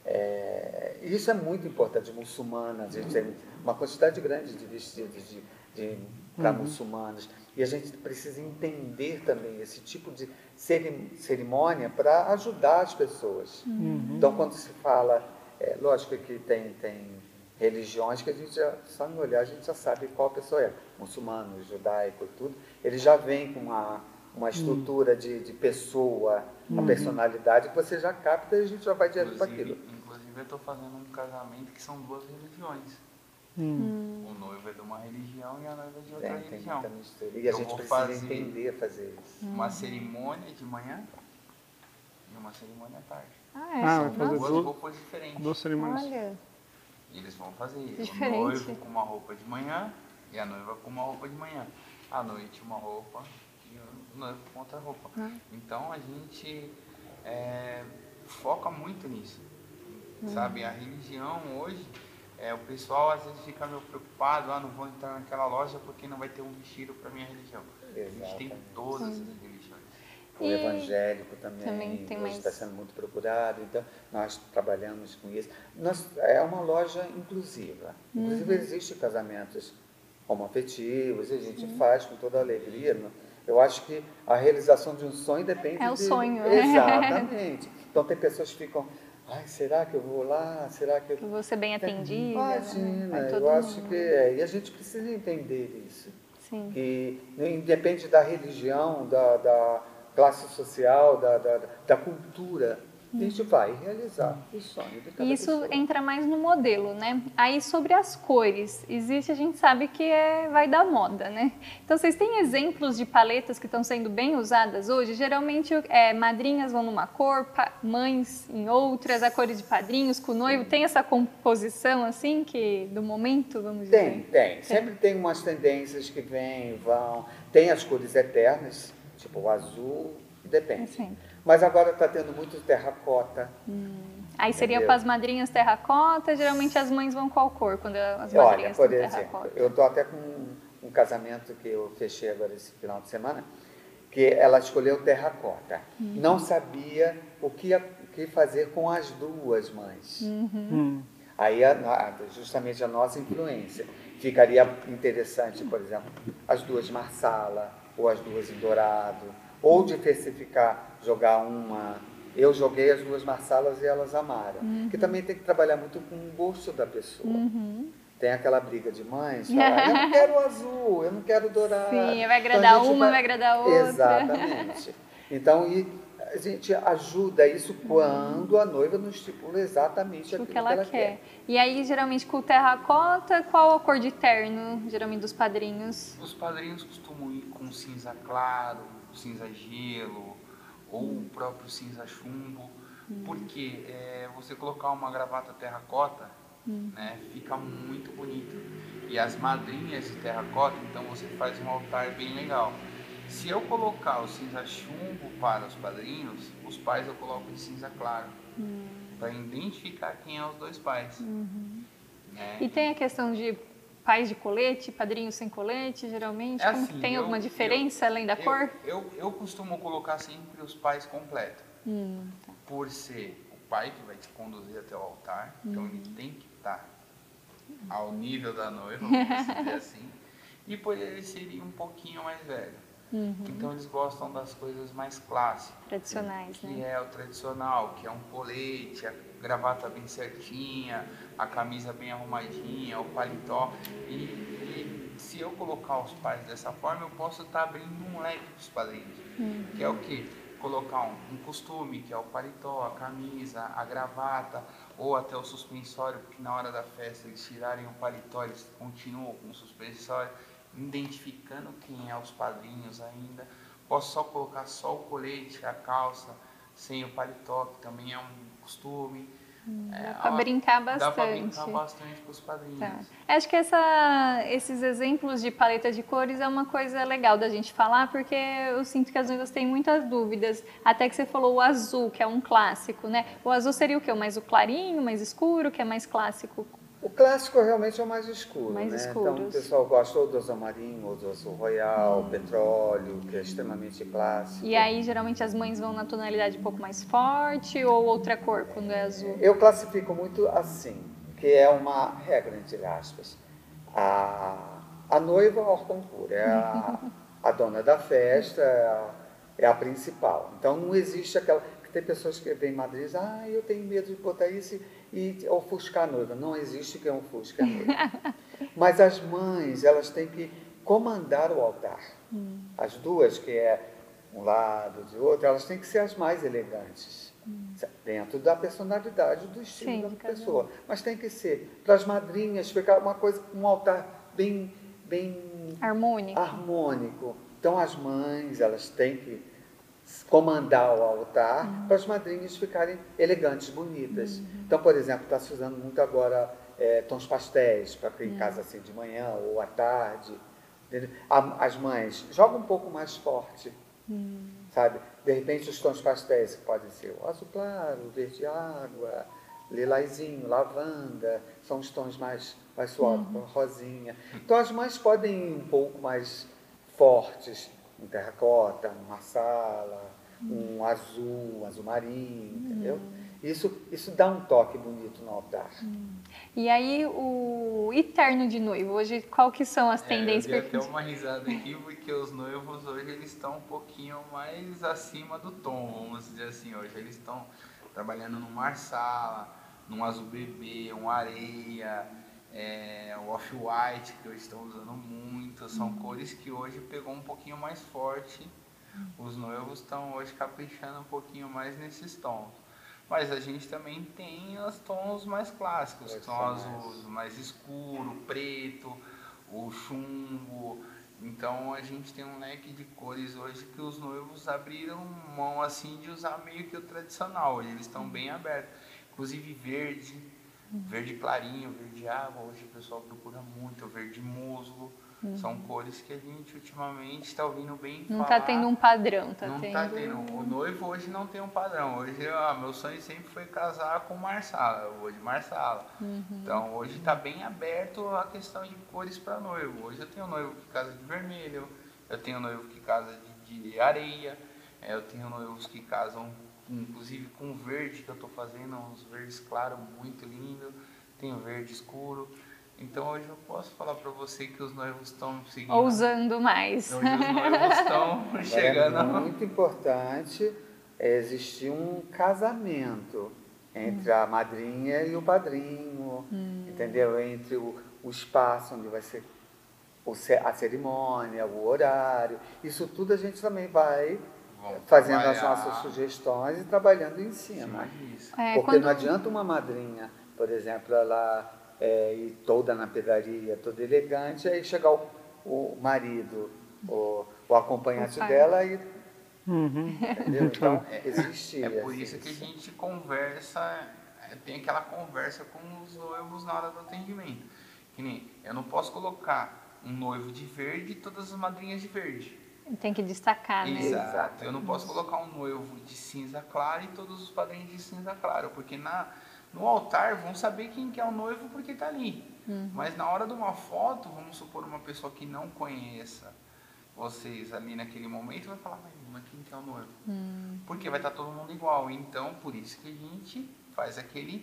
Isso é muito importante, muçulmana. A gente tem uma quantidade grande de vestidos para muçulmanos. E a gente precisa entender também esse tipo de cerimônia para ajudar as pessoas. Então, quando se fala, lógico que tem religiões que a gente só em olhar a gente já sabe qual pessoa é. Muçulmano, judaico, tudo. Ele já vem com uma estrutura de pessoa, uma personalidade que você já capta e a gente já vai direto para aquilo. Inclusive, eu estou fazendo um casamento que são 2 religiões. O noivo é de uma religião e a noiva é de outra religião. Tem muita mistura. E a gente precisa entender fazer isso. Uma cerimônia de manhã e uma cerimônia à tarde. vai fazer Duas roupas diferentes. 2 cerimônias. Olha, E eles vão fazer diferente. O noivo com uma roupa de manhã e a noiva com uma roupa de manhã. À noite uma roupa e o noivo com outra roupa. Então a gente foca muito nisso. Sabe, a religião hoje, o pessoal às vezes fica meio preocupado, não vou entrar naquela loja porque não vai ter um vestido para minha religião. A gente tem todas as religiões. O evangélico também tem hoje mais... está sendo muito procurado, então nós trabalhamos com isso. É uma loja inclusiva. Inclusive existem casamentos homoafetivos, e a gente faz com toda alegria. Eu acho que a realização de um sonho depende o sonho, né? Exatamente. Então tem pessoas que ficam, será que eu vou lá? Será que eu vou ser bem atendida? Imagina, né? eu acho que e a gente precisa entender isso. Sim. Que independe da religião, da classe social, da cultura, a gente vai realizar o sonho de cada E isso pessoa. entra mais no modelo, né? Aí sobre as cores, a gente sabe que vai da moda, né? Então vocês têm exemplos de paletas que estão sendo bem usadas hoje? Geralmente madrinhas vão numa cor, mães em outras, a cores de padrinhos com o noivo. Tem essa composição assim que do momento, vamos dizer? Tem. Sempre tem umas tendências que vêm, vão. Tem as cores eternas, tipo o azul, depende. Mas agora está tendo muito terracota. Aí seria para as madrinhas terracota, geralmente as mães vão qual cor quando as madrinhas Olha, por estão exemplo, terracota? eu estou até com um casamento que eu fechei agora esse final de semana, que ela escolheu terracota. Não sabia o que fazer com as duas mães. Aí, justamente a nossa influência. Ficaria interessante, por exemplo, as duas marsala, ou as duas em dourado, ou diversificar, jogar uma. Eu joguei as duas marsalas e elas amaram. Que também tem que trabalhar muito com o gosto da pessoa. Tem aquela briga de mães, falar, eu não quero azul, eu não quero dourado. Sim, vai agradar então, vai agradar outra. Exatamente. Então, a gente ajuda isso quando a noiva nos estipula exatamente aquilo que ela quer. E aí, geralmente, com o terracota, qual a cor de terno, geralmente, dos padrinhos? Os padrinhos costumam ir com cinza claro, cinza gelo, ou o próprio cinza chumbo, porque você colocar uma gravata terracota, né, fica muito bonito. E as madrinhas de terracota, então você faz um altar bem legal. Se eu colocar o cinza chumbo para os padrinhos, os pais eu coloco em cinza claro, para identificar quem é os dois pais. E tem a questão de pais de colete, padrinhos sem colete, geralmente? Assim, tem alguma diferença além da cor? Eu costumo colocar sempre os pais completos, por ser o pai que vai te conduzir até o altar, então ele tem que estar ao nível da noiva, vamos dizer assim, e por ele ser um pouquinho mais velho. Então eles gostam das coisas mais clássicas. Tradicionais, que né? Que é o tradicional, que é um colete, a gravata bem certinha, a camisa bem arrumadinha, o paletó. E se eu colocar os pais dessa forma, eu posso estar abrindo um leque para os padrinhos. Que é o quê? Colocar um costume, que é o paletó, a camisa, a gravata, ou até o suspensório, porque na hora da festa eles tirarem o paletó, eles continuam com o suspensório, identificando quem é os padrinhos ainda. posso só colocar só o colete, a calça, sem o paletó, que também é um costume. Dá para brincar bastante. Dá para brincar bastante com os padrinhos. Tá. Acho que esses exemplos de paleta de cores é uma coisa legal da gente falar, porque eu sinto que as noivas têm muitas dúvidas. Até que você falou o azul, que é um clássico, né? O azul seria o quê? O mais o clarinho, mais escuro, que é mais clássico? O clássico realmente é o mais escuro, Mais né? escuros. Então o pessoal gosta ou do azul marinho, ou do azul royal, petróleo, que é extremamente clássico. E aí, geralmente, as mães vão na tonalidade um pouco mais forte ou outra cor quando é azul? Eu classifico muito assim, que é uma regra, entre aspas. A noiva é hors concours, é a dona da festa, é a principal. Então não existe aquela... Tem pessoas que vêm em Madrid e dizem, eu tenho medo de botar isso e ofuscar a noiva. Não existe quem ofusque a noiva. Mas as mães, elas têm que comandar o altar. As duas, que é um lado de outro, elas têm que ser as mais elegantes. Dentro da personalidade, do estilo da pessoa. Mas tem que ser, para as madrinhas, ficar uma coisa, um altar bem harmônico. Então as mães, elas têm que comandar o altar para as madrinhas ficarem elegantes, bonitas. Então, por exemplo, está se usando muito agora tons pastéis, para quem casa assim de manhã ou à tarde. As mães jogam um pouco mais forte, sabe? De repente, os tons pastéis podem ser o azul claro, o verde água, lilazinho, lavanda, são os tons mais suaves, rosinha. Então, as mães podem ir um pouco mais fortes, um terracota, uma sala, um azul marinho, entendeu? Isso dá um toque bonito no altar. E aí, o terno de noivo, hoje, qual que são as tendências? Eu dei até uma risada aqui, porque os noivos hoje eles estão um pouquinho mais acima do tom, vamos dizer assim. Hoje eles estão trabalhando no marsala, num azul bebê, um areia, o off-white, que hoje estão usando muito. São cores que hoje pegou um pouquinho mais forte. Os noivos estão hoje caprichando um pouquinho mais nesses tons. Mas a gente também tem os tons mais clássicos, que são azul mais escuro, preto, o chumbo. Então a gente tem um leque de cores hoje que os noivos abriram mão assim de usar meio que o tradicional. Hoje eles estão bem abertos. Inclusive verde clarinho, verde água. Hoje o pessoal procura muito, o verde musgo. São cores que a gente ultimamente está ouvindo bem falar. Não está tendo um padrão, Não está tendo. O noivo hoje não tem um padrão. Hoje, meu sonho sempre foi casar com marsala. Eu vou de marsala. Então, hoje está bem aberto a questão de cores para noivo. Hoje eu tenho noivo que casa de vermelho, eu tenho noivo que casa de areia, eu tenho noivos que casam, inclusive, com verde que eu estou fazendo, uns verdes claros muito lindo. Tenho verde escuro. Então hoje eu posso falar para você que os noivos estão seguindo. Ousando mais. Hoje os noivos estão chegando. É muito importante existir um casamento entre a madrinha e o padrinho, entendeu? Entre o espaço onde vai ser a cerimônia, o horário. Isso tudo a gente também vai fazendo as nossas sugestões e trabalhando em cima. Porque não adianta uma madrinha, por exemplo, ela ir toda na pedraria, toda elegante, aí chegar o marido, o acompanhante dela e... Entendeu? Então, existe... É por isso que a gente conversa, tem aquela conversa com os noivos na hora do atendimento. Que nem, eu não posso colocar um noivo de verde e todas as madrinhas de verde. Tem que destacar, né? Exato. Eu não posso colocar um noivo de cinza claro e todos os padrinhos de cinza claro, porque no altar vão saber quem que é o noivo porque está ali. Mas na hora de uma foto, vamos supor uma pessoa que não conheça vocês ali naquele momento, vai falar, mas quem que é o noivo? Porque vai estar todo mundo igual. Então, por isso que a gente faz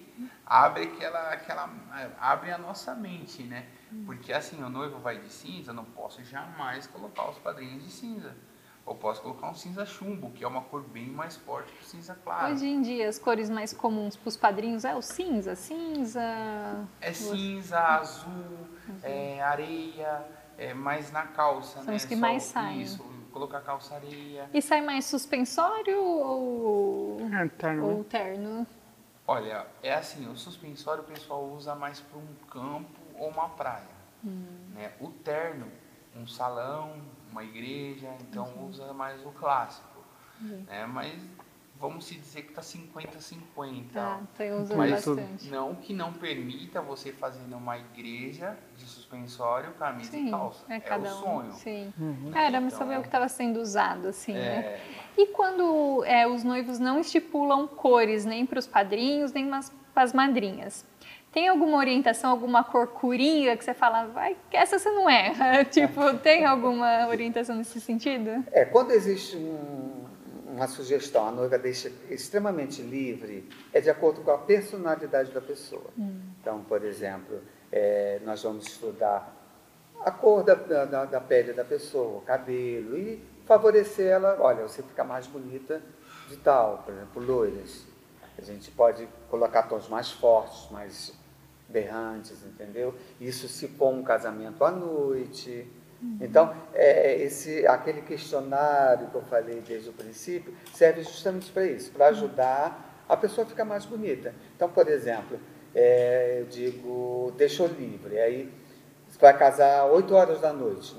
abre a nossa mente, né? Porque assim, o noivo vai de cinza, eu não posso jamais colocar os padrinhos de cinza. Ou posso colocar um cinza chumbo, que é uma cor bem mais forte que o cinza claro. Hoje em dia, as cores mais comuns para os padrinhos é o cinza? É cinza, azul, areia, mais na calça, São os que mais saem. Isso, colocar calça areia. E sai mais suspensório ou terno? Terno? Olha, é assim, o suspensório o pessoal usa mais para um campo ou uma praia. Né? O terno, um salão, uma igreja, então usa mais o clássico, né? Mas vamos se dizer que está 50-50. Tá, então usa Mas bastante. não que não permita você fazer numa igreja de suspensório, camisa e Sim, calça. é É cada o um. sonho. Sim. Né? Era, mas Então, saber o que estava sendo usado, assim, né? é, E quando os noivos não estipulam cores nem para os padrinhos, nem para as madrinhas? Tem alguma orientação, alguma cor coringa que você fala, vai, essa você não erra? Tipo, tem alguma orientação nesse sentido? Quando existe uma sugestão, a noiva deixa extremamente livre, é de acordo com a personalidade da pessoa. Então, por exemplo, nós vamos estudar a cor da pele da pessoa, o cabelo, e favorecer ela, olha, você fica mais bonita de tal, por exemplo, loiras. A gente pode colocar tons mais fortes, mais berrantes, entendeu? Isso se for um casamento à noite. Então, aquele questionário que eu falei desde o princípio serve justamente para isso, para ajudar a pessoa a ficar mais bonita. Então, por exemplo, eu digo, deixou livre, aí você vai casar 8 horas da noite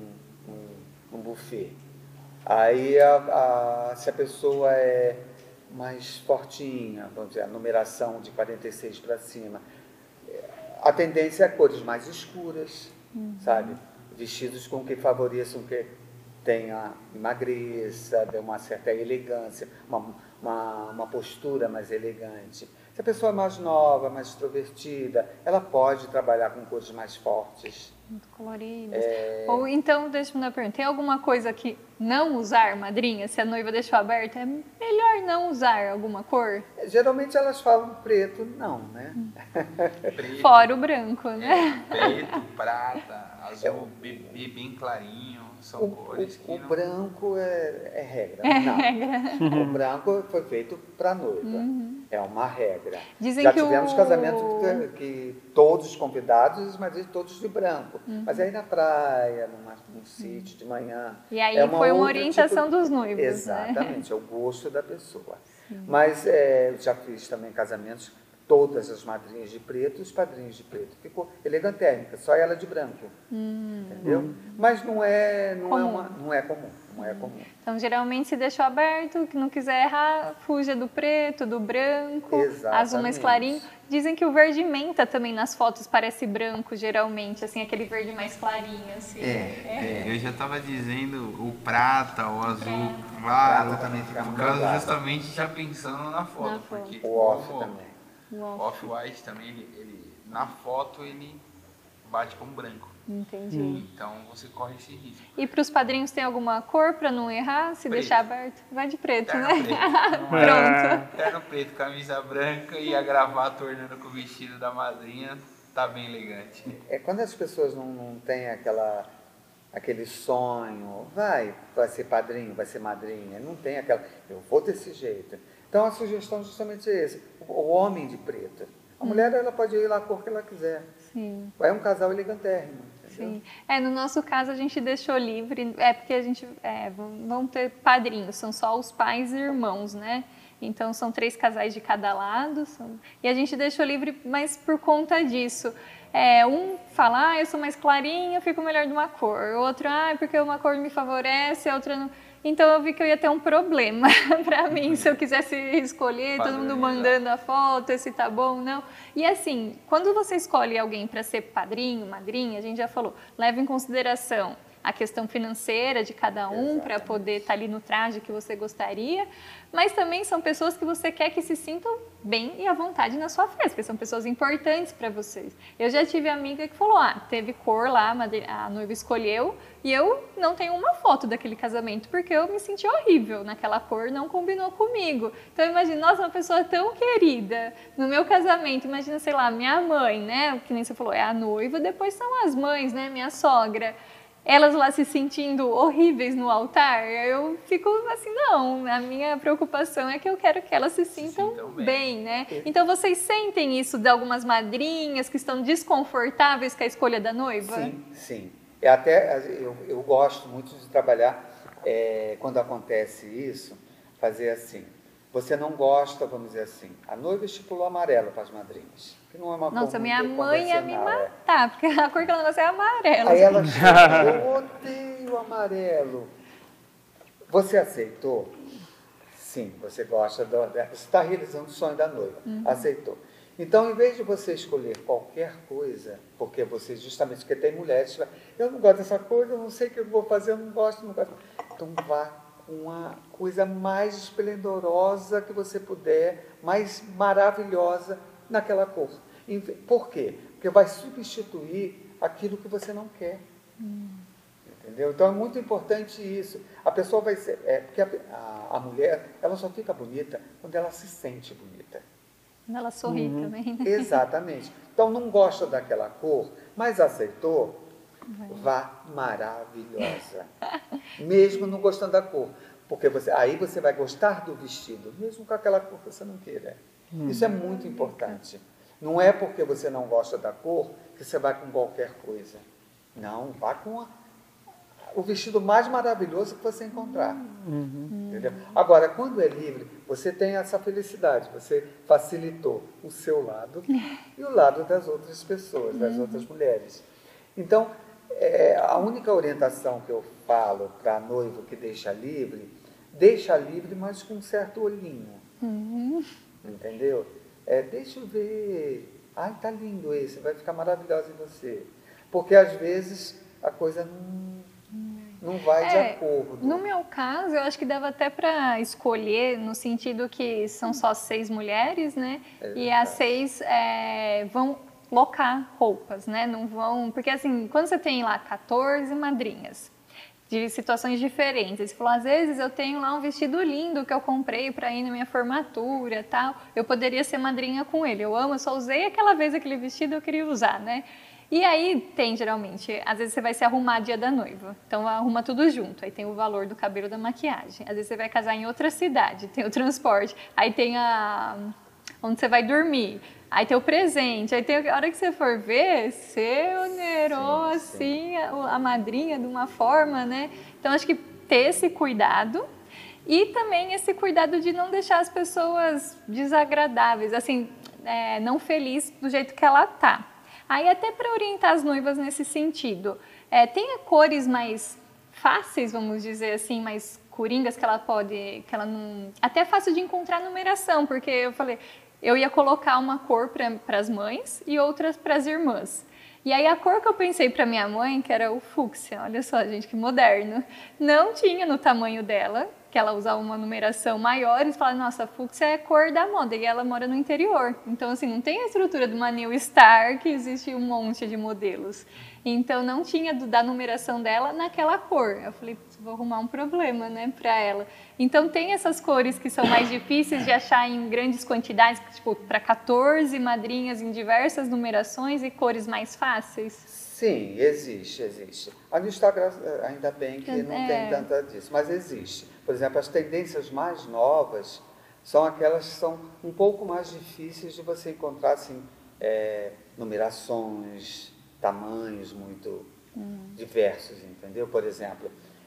num buffet. Aí, se a pessoa é mais fortinha, vamos dizer, a numeração de 46 para cima, a tendência é cores mais escuras, sabe? Vestidos com que favoreçam que tenha emagreça, dê uma certa elegância, uma postura mais elegante. Se a pessoa é mais nova, mais extrovertida, ela pode trabalhar com cores mais fortes. Muito coloridas. Ou então, deixa eu me dar uma pergunta, tem alguma coisa que não usar, madrinha? Se a noiva deixou aberta, é melhor não usar alguma cor? Geralmente elas falam preto, não, né? preto, Fora o branco, né? preto, prata, azul, bebê bem clarinho, são cores que O não... branco é regra. É não. regra. O branco foi feito para a noiva. É uma regra. Dizem Já que tivemos casamento que todos os convidados, mas todos de branco. Mas aí na praia, num sítio de manhã. E aí é foi uma outro orientação tipo dos noivos, né? Exatamente, é o gosto da pessoa. Mas eu já fiz também casamentos, todas as madrinhas de preto e os padrinhos de preto. Ficou elegantérmica, só ela de branco. Entendeu? Mas não é comum. Então, geralmente, se deixou aberto, que não quiser errar, fuja do preto, do branco, Exatamente. azul mais clarinho. Dizem que o verde menta também nas fotos parece branco, geralmente, assim, aquele verde mais clarinho, assim. eu já estava dizendo o prata, o azul claro, Prata também fica por muito causa claro. justamente já pensando na foto. Na foto. Porque O off também. o off-white também, ele, na foto, ele bate como branco. Entendi. Então você corre esse risco. E para os padrinhos tem alguma cor para não errar? Se Preto. deixar aberto, vai de preto, Terno né? preto. Pronto. Terno preto, camisa branca e a gravata ornando com o vestido da madrinha, tá bem elegante. Quando as pessoas não têm aquele sonho, vai ser padrinho, vai ser madrinha, não tem aquela, eu vou desse jeito. Então a sugestão justamente é essa, o homem de preto. A mulher, ela pode ir lá a cor que ela quiser. Sim. É um casal elegantérrimo. Sim. No nosso caso a gente deixou livre, porque a gente vão ter padrinhos, são só os pais e irmãos, né? Então são 3 casais de cada lado, e a gente deixou livre, mas por conta disso. Um fala, eu sou mais clarinha, eu fico melhor de uma cor. O outro, porque uma cor me favorece, a outra não. Então eu vi que eu ia ter um problema para mim, se eu quisesse escolher, todo mundo mandando a foto, se tá bom ou não. E assim, quando você escolhe alguém para ser padrinho, madrinha, a gente já falou, leva em consideração a questão financeira de cada um para poder estar ali no traje que você gostaria, mas também são pessoas que você quer que se sintam bem e à vontade na sua festa, porque são pessoas importantes para vocês. Eu já tive amiga que falou, teve cor lá, a noiva escolheu, e eu não tenho uma foto daquele casamento, porque eu me senti horrível naquela cor, não combinou comigo. Então imagina, nossa, uma pessoa tão querida no meu casamento, imagina, sei lá, minha mãe, né, que nem você falou, é a noiva, depois são as mães, né, minha sogra. Elas lá se sentindo horríveis no altar, eu fico assim, não, a minha preocupação é que eu quero que elas se sintam bem, né? Então, vocês sentem isso de algumas madrinhas que estão desconfortáveis com a escolha da noiva? Sim. Eu gosto muito de trabalhar, quando acontece isso, fazer assim. Você não gosta, vamos dizer assim, a noiva estipulou amarelo para as madrinhas. que não é uma Nossa, cor minha muito mãe ia me convencional, matar, porque a cor que ela gosta é amarela. Aí ela chega, eu odeio amarelo. Você aceitou? Sim, você gosta, você está realizando o sonho da noiva, aceitou. Então, em vez de você escolher qualquer coisa, porque você, justamente porque tem mulheres, eu não gosto dessa coisa, eu não sei o que eu vou fazer, eu não gosto, não gosto. Então, vá com a coisa mais esplendorosa que você puder, mais maravilhosa naquela cor. Por quê? Porque vai substituir aquilo que você não quer. Entendeu? Então é muito importante isso. A pessoa vai ser. Porque a mulher, ela só fica bonita quando ela se sente bonita. Quando ela sorri também, né? Exatamente. Então não gosta daquela cor, mas aceitou, vá maravilhosa. Mesmo não gostando da cor. Porque aí você vai gostar do vestido, mesmo com aquela cor que você não queira. Isso é muito importante. Não é porque você não gosta da cor que você vai com qualquer coisa. Não, vá com o vestido mais maravilhoso que você encontrar. Entendeu? Agora, quando é livre, você tem essa felicidade, você facilitou o seu lado e o lado das outras pessoas, das outras mulheres. Então, a única orientação que eu falo para noivo que deixa livre, mas com um certo olhinho. Entendeu? Deixa eu ver. Ai, tá lindo esse, vai ficar maravilhoso em você. Porque às vezes a coisa não vai de acordo. No meu caso, eu acho que dava até para escolher, no sentido que são só 6 mulheres, né? E as 6 vão locar roupas, né? Não vão... Porque assim, quando você tem lá 14 madrinhas, de situações diferentes. Você falou, às vezes eu tenho lá um vestido lindo que eu comprei para ir na minha formatura e tal. Eu poderia ser madrinha com ele. Eu amo, eu só usei aquela vez aquele vestido, eu queria usar, né? E aí tem, geralmente, às vezes você vai se arrumar dia da noiva. Então arruma tudo junto. Aí tem o valor do cabelo, da maquiagem. Às vezes você vai casar em outra cidade, tem o transporte. Aí tem onde você vai dormir. Aí tem o presente, aí tem a hora que você for ver, você onerou assim a madrinha de uma forma, né? Então acho que ter esse cuidado e também esse cuidado de não deixar as pessoas desagradáveis, assim, não felizes do jeito que ela tá. Aí até para orientar as noivas nesse sentido, tem cores mais fáceis, vamos dizer assim, mais coringas que ela não... Até é fácil de encontrar numeração, porque eu falei... Eu ia colocar uma cor para as mães e outras para as irmãs. E aí a cor que eu pensei para minha mãe, que era o fúcsia, olha só, gente, que moderno, não tinha no tamanho dela, que ela usava uma numeração maior, e falaram, nossa, a fúcsia é cor da moda, e ela mora no interior. Então, assim, não tem a estrutura de uma New Star, que existe um monte de modelos. Então, não tinha da numeração dela naquela cor. Eu falei, vou arrumar um problema, né, para ela. Então, tem essas cores que são mais difíceis de achar em grandes quantidades, tipo, para 14 madrinhas em diversas numerações e cores mais fáceis? Sim, existe. No Instagram, ainda bem que não tem tanta disso, mas existe. Por exemplo, as tendências mais novas são aquelas que são um pouco mais difíceis de você encontrar, assim, numerações, tamanhos muito diversos, entendeu? Por exemplo,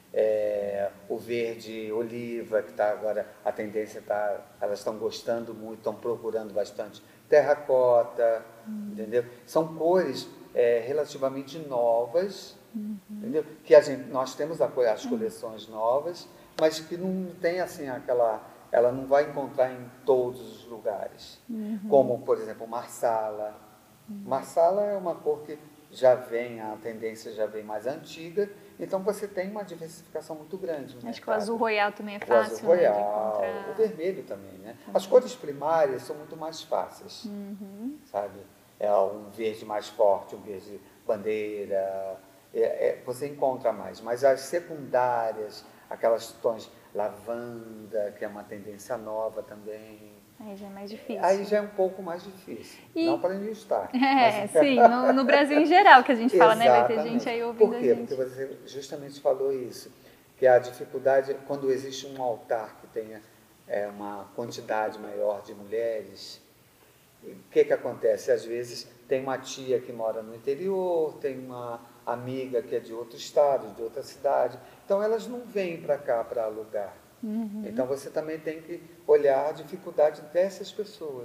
o verde oliva, que está agora, a tendência está, elas estão gostando muito, estão procurando bastante terracota, entendeu? São cores relativamente novas, entendeu? Que nós temos as coleções novas, mas que não tem assim ela não vai encontrar em todos os lugares, como, por exemplo, marsala. Marsala é uma cor que a tendência já vem mais antiga, então você tem uma diversificação muito grande. Acho que o azul royal também é fácil. O azul royal, de encontrar. o vermelho também, né? As cores primárias são muito mais fáceis, sabe? É um verde mais forte, um verde bandeira, você encontra mais. Mas as secundárias, aquelas tons lavanda, que é uma tendência nova também. Aí já é mais difícil. Aí já é um pouco mais difícil. Não para New Star. Sim, no Brasil em geral, que a gente fala, né? Vai ter gente aí ouvindo Por quê? a gente. Porque você justamente falou isso, que a dificuldade, quando existe um altar que tenha uma quantidade maior de mulheres, o que acontece? Às vezes tem uma tia que mora no interior, tem uma amiga que é de outro estado, de outra cidade, então elas não vêm para cá para alugar. Então você também tem que olhar a dificuldade dessas pessoas.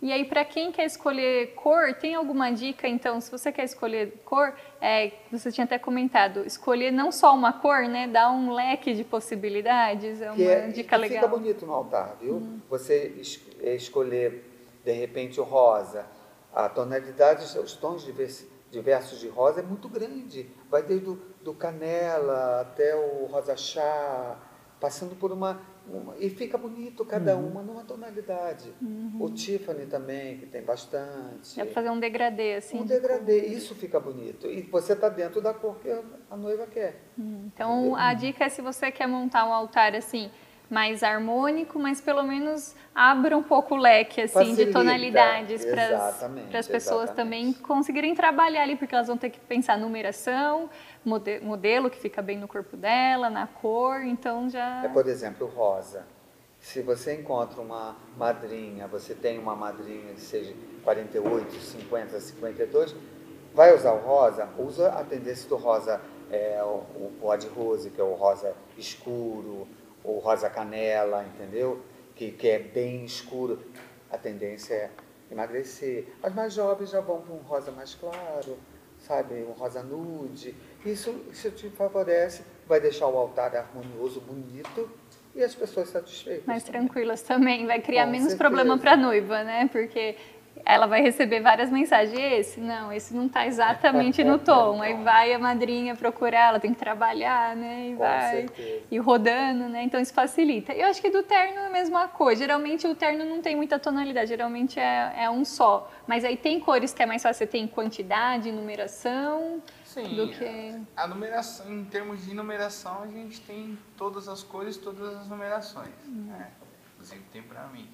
E aí, para quem quer escolher cor, tem alguma dica? Então, se você quer escolher cor, você tinha até comentado, escolher não só uma cor, né? Dar um leque de possibilidades, é uma dica legal. Fica bonito no altar, viu? Você escolher, de repente, o rosa. A tonalidade, os tons diversos de rosa é muito grande. Vai desde do canela até o rosa chá, passando por e fica bonito cada uma numa tonalidade. O Tiffany também, que tem bastante. Dá para fazer um degradê, assim. Um degradê, isso fica bonito. E você está dentro da cor que a noiva quer. Então, entendeu? a dica é, se você quer montar um altar assim, mais harmônico, mas pelo menos abra um pouco o leque assim, Facilita, de tonalidades para as pessoas exatamente. também conseguirem trabalhar ali, porque elas vão ter que pensar numeração, modelo que fica bem no corpo dela, na cor, então já... Por exemplo, o rosa. Se você encontra uma madrinha, você tem uma madrinha que seja 48, 50, 52, vai usar o rosa, usa a tendência do rosa, o body rose, que é o rosa escuro, o rosa canela, entendeu? Que é bem escuro. A tendência é emagrecer. As mais jovens já vão para um rosa mais claro, sabe? Um rosa nude. Isso te favorece, vai deixar o altar harmonioso, bonito e as pessoas satisfeitas. Mais também. tranquilas também. Vai criar Com menos certeza. problema para a noiva, né? Porque ela vai receber várias mensagens. Esse não está exatamente no tom. Aí vai a madrinha procurar, ela tem que trabalhar, né? E Com vai certeza. e rodando, né? Então isso facilita. Eu acho que do terno é a mesma coisa. Geralmente o terno não tem muita tonalidade, geralmente é um só. Mas aí tem cores que é mais fácil, você tem quantidade, numeração. Sim, Do que... a numeração, em termos de numeração, a gente tem todas as cores, todas as numerações. Né? Inclusive tem pra mim.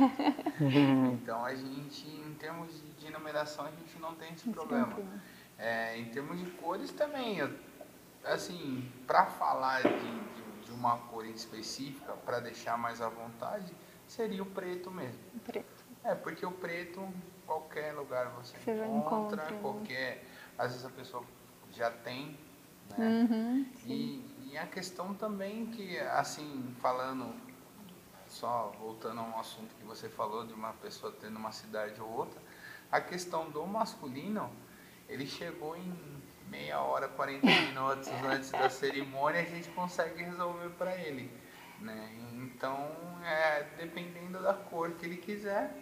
Então a gente, em termos de numeração, a gente não tem esse problema. Em termos de cores também, assim, para falar de uma cor específica, para deixar mais à vontade, seria o preto mesmo. Preto. Porque o preto, qualquer lugar você já encontra, né? qualquer, às vezes a pessoa já tem, né? E a questão também que, assim, falando, só voltando a um assunto que você falou de uma pessoa tendo uma cidade ou outra, a questão do masculino, ele chegou em meia hora, 40 minutos antes da cerimônia, a gente consegue resolver para ele, né? Então, dependendo da cor que ele quiser,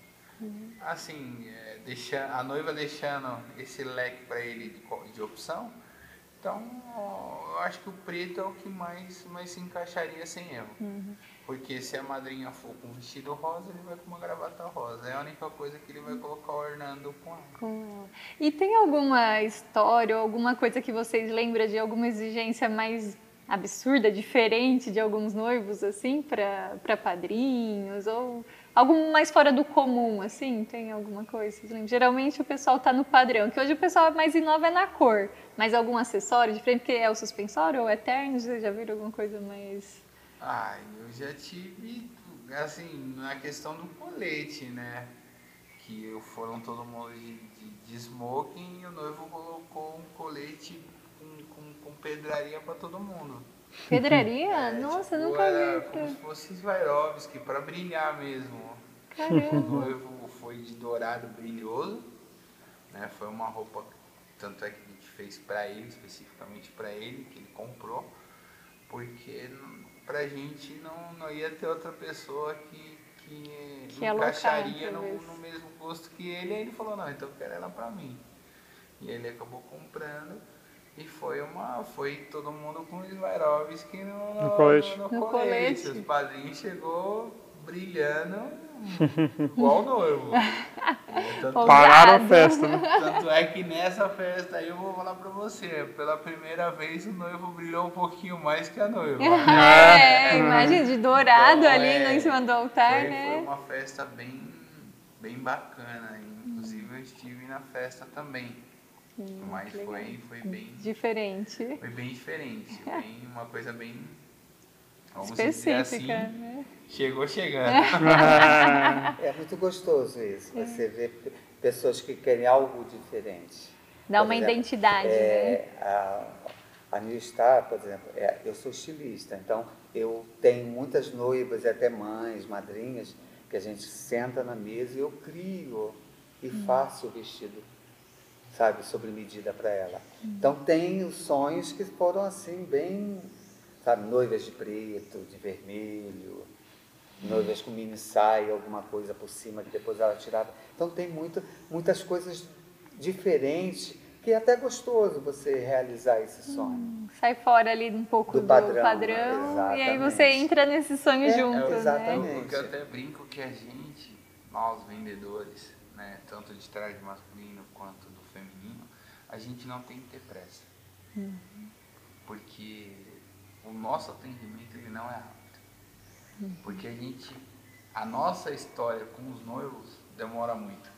assim, a noiva deixando esse leque para ele de opção, então eu acho que o preto é o que mais se encaixaria sem erro. Porque se a madrinha for com vestido rosa, ele vai com uma gravata rosa. É a única coisa que ele vai colocar ornando com ela. E tem alguma história ou alguma coisa que vocês lembram de alguma exigência mais absurda, diferente de alguns noivos, assim, para padrinhos? Ou algo mais fora do comum, assim? Tem alguma coisa? Geralmente o pessoal tá no padrão, que hoje o pessoal mais inova é na cor. Mas algum acessório diferente, porque é o suspensório ou eterno? Vocês já viram alguma coisa mais... Eu já tive, assim, na questão do colete, né? Que foram todo mundo de smoking e o noivo colocou um colete com pedraria para todo mundo. Pedraria? Nossa, tipo, nunca era vi. como se fosse Swarovski, para brilhar mesmo. Caramba. O noivo foi de dourado brilhoso, né? Foi uma roupa, tanto é que a gente fez para ele, especificamente para ele, que ele comprou, porque pra gente não ia ter outra pessoa que encaixaria no mesmo gosto que ele. Aí ele falou, não, então eu quero ela pra mim. E ele acabou comprando e foi todo mundo com os Swarovski no colete. Os padrinhos chegou brilhando igual o noivo. Pararam a festa, né? Tanto é que nessa festa aí eu vou falar pra você, pela primeira vez o noivo brilhou um pouquinho mais que a noiva. Imagina, de dourado então, ali em cima do altar, né? Foi uma festa bem bacana, inclusive eu estive na festa também. Mas foi bem diferente. Foi bem diferente, uma coisa bem, vamos específica, dizer assim, né? Chegou chegando. É muito gostoso isso, você vê pessoas que querem algo diferente. Dá uma identidade, né? A New Star, por exemplo, eu sou estilista, então eu tenho muitas noivas e até mães, madrinhas, que a gente senta na mesa e eu crio e faço o vestido, sabe, sobre medida para ela. Então tem os sonhos que foram assim bem, sabe, noivas de preto, de vermelho, noivas com mini saia, alguma coisa por cima que depois ela tirava. Então tem muitas coisas diferentes, que é até gostoso você realizar esse sonho. Sai fora ali um pouco do padrão e aí você entra nesse sonho junto, exatamente. né? Porque eu até brinco que a gente, nós vendedores, né, tanto de traje masculino quanto do feminino, a gente não tem que ter pressa. Porque o nosso atendimento ele não é rápido. Porque a nossa história com os noivos demora muito.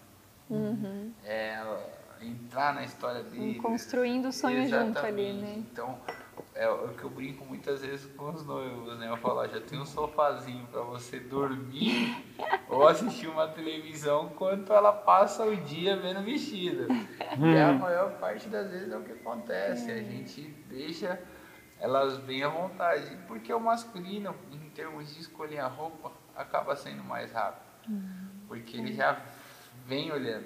Entrar na história deles. Construindo o sonho junto ali, né? Então, é o que eu brinco muitas vezes com os noivos, né? Eu falo, já tem um sofazinho para você dormir ou assistir uma televisão enquanto ela passa o dia vendo vestido. E a maior parte das vezes é o que acontece. A gente deixa elas bem à vontade. Porque o masculino, em termos de escolher a roupa, acaba sendo mais rápido. Porque ele já vem olhando.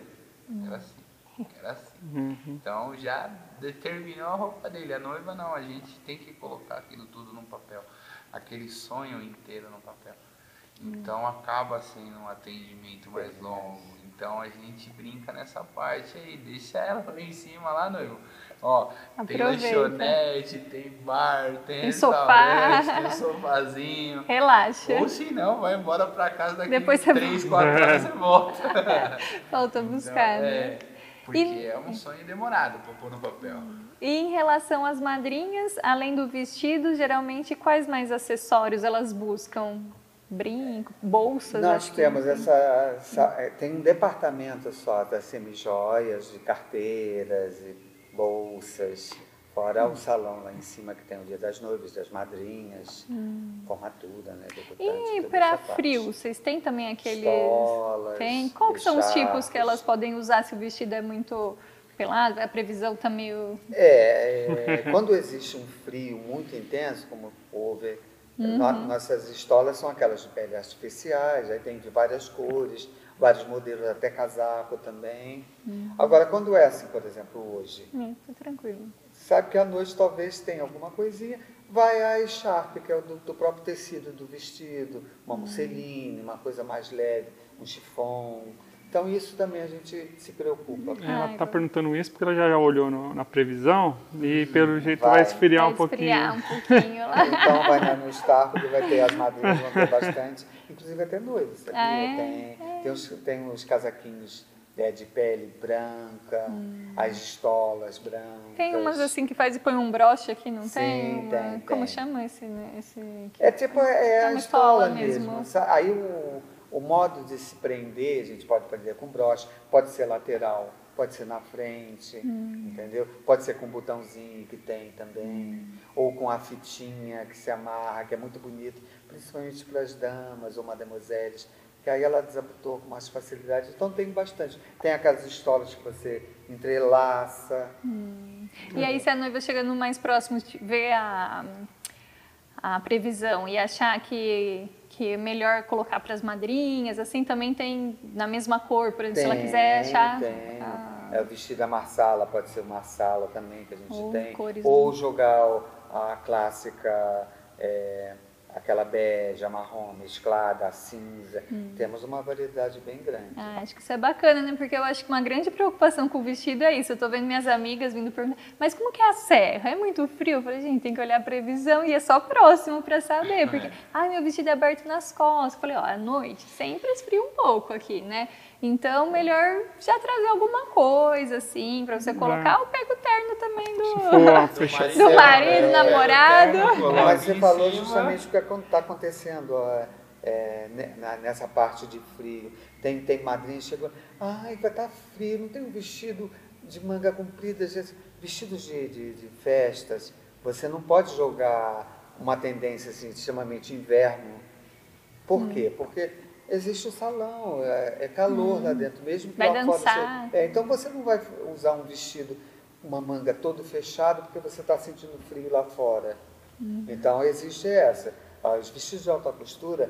Era assim. Então já determinou a roupa dele. A noiva não, a gente tem que colocar aquilo tudo no papel, aquele sonho inteiro no papel. Então acaba sendo um atendimento mais longo. Então a gente brinca nessa parte aí, deixa ela lá em cima, lá, noivo. Ó, tem lanchonete, tem bar, tem restaurante, tem um sofazinho. Relaxa. Ou se não, vai embora pra casa daqui depois 3, 4 horas você volta. Volta a buscar, né? Porque é um sonho demorado para pôr no papel. E em relação às madrinhas, além do vestido, geralmente quais mais acessórios elas buscam? Brinco, bolsas? Nós temos tem um departamento só das semijoias, de carteiras e bolsas, fora o salão lá em cima que tem o dia das noivas, das madrinhas, formatura, né? E para frio, vocês têm também aqueles... Estolas, tem? Quais são os tipos que elas podem usar se o vestido é muito pelado? A previsão está meio... Quando existe um frio muito intenso, como houve, nossas estolas são aquelas de pele artificiais, aí tem de várias cores, vários modelos, até casaco também. Agora, quando é assim, por exemplo, hoje, tá tranquilo. Sabe que à noite talvez tenha alguma coisinha, vai a echarpe, que é do próprio tecido do vestido, uma musseline, uma coisa mais leve, um chiffon. Então isso também a gente se preocupa. Ela está perguntando isso porque ela já olhou na previsão e pelo jeito vai esfriar um pouquinho. Vai esfriar um pouquinho lá. Então vai no Starco, que vai ter as madrinhas, vão ter bastante. Inclusive vai ter noivos, sabia? Tem uns casaquinhos de pele branca, as estolas brancas. Tem umas assim que faz e põe um broche aqui, não tem? Tem. Como chama esse? É tipo, a estola mesmo. Aí o modo de se prender, a gente pode prender com broche, pode ser lateral, pode ser na frente, entendeu? Pode ser com um botãozinho que tem também, ou com a fitinha que se amarra, que é muito bonito, principalmente para as damas ou mademoiselles, que aí ela desabotou com mais facilidade. Então tem bastante. Tem aquelas estolas que você entrelaça. E aí se a noiva chegando mais próximo, vê a previsão e achar que é melhor colocar para as madrinhas, assim, também tem na mesma cor, por exemplo, se ela quiser achar... É o vestido da marsala, pode ser uma marsala também que a gente tem. Ou jogar a clássica... aquela bege, a marrom, mesclada, a cinza. Temos uma variedade bem grande. Acho que isso é bacana, né? Porque eu acho que uma grande preocupação com o vestido é isso. Eu tô vendo minhas amigas vindo perguntar, mas como que é a serra? É muito frio? Eu falei, gente, tem que olhar a previsão e é só próximo para saber. Porque, meu vestido é aberto nas costas. Eu falei, à noite sempre esfria um pouco aqui, né? Então, melhor já trazer alguma coisa, assim, para você colocar. Ou pega o terno também do marido, namorado. Mas você falou justamente o que está acontecendo nessa parte de frio. Tem madrinha chegando, vai estar frio, não tem um vestido de manga comprida, vestidos de festas. Você não pode jogar uma tendência assim, extremamente inverno. Por quê? Porque existe o salão, é calor lá dentro, mesmo que vai lá dançar. fora. Então você não vai usar um vestido, uma manga todo fechado, porque você está sentindo frio lá fora. Então existe essa. Os vestidos de alta costura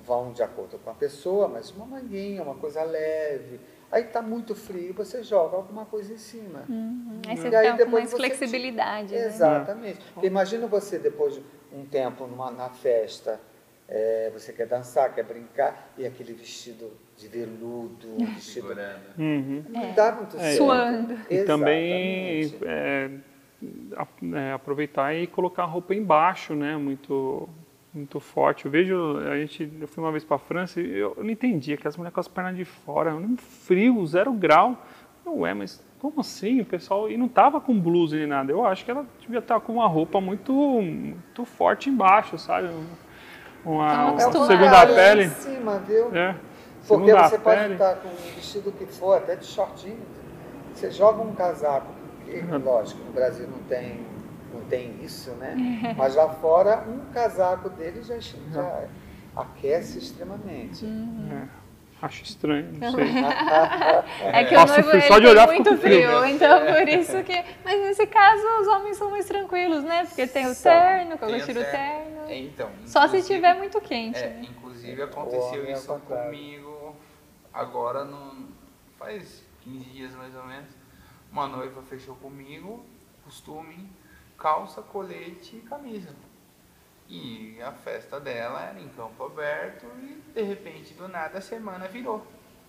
vão de acordo com a pessoa, mas uma manguinha, uma coisa leve. Aí está muito frio, você joga alguma coisa em cima. Aí você E aí tem com mais depois você flexibilidade, né? Exatamente. Porque imagina você, depois de um tempo na festa, você quer dançar, quer brincar, e aquele vestido de veludo, um vestido... Não dá muito certo. Suando. E também Exatamente. aproveitar e colocar a roupa embaixo, né? Muito forte. Eu vejo, eu fui uma vez para a França e eu não entendi, aquelas mulheres com as pernas de fora, um frio, 0 grau. Ué, mas como assim? O pessoal, e não tava com blusa nem nada. Eu acho que ela devia estar com uma roupa muito forte embaixo, sabe? Uma segunda pele. Em cima, viu? Porque você pode estar com um vestido que for, até de shortinho. Você joga um casaco, porque, lógico, no Brasil não tem isso, né? Mas lá fora, um casaco dele já aquece extremamente. Acho estranho, não sei. É que o noivo tem muito frio, então por isso que... Mas nesse caso, os homens são mais tranquilos, né? Porque tem o terno, que eu tiro o terno. Então, só se estiver muito quente. Né? Inclusive aconteceu isso comigo agora, faz 15 dias mais ou menos. Uma noiva fechou comigo, costume, calça, colete e camisa. E a festa dela era em campo aberto e, de repente, do nada, a semana virou.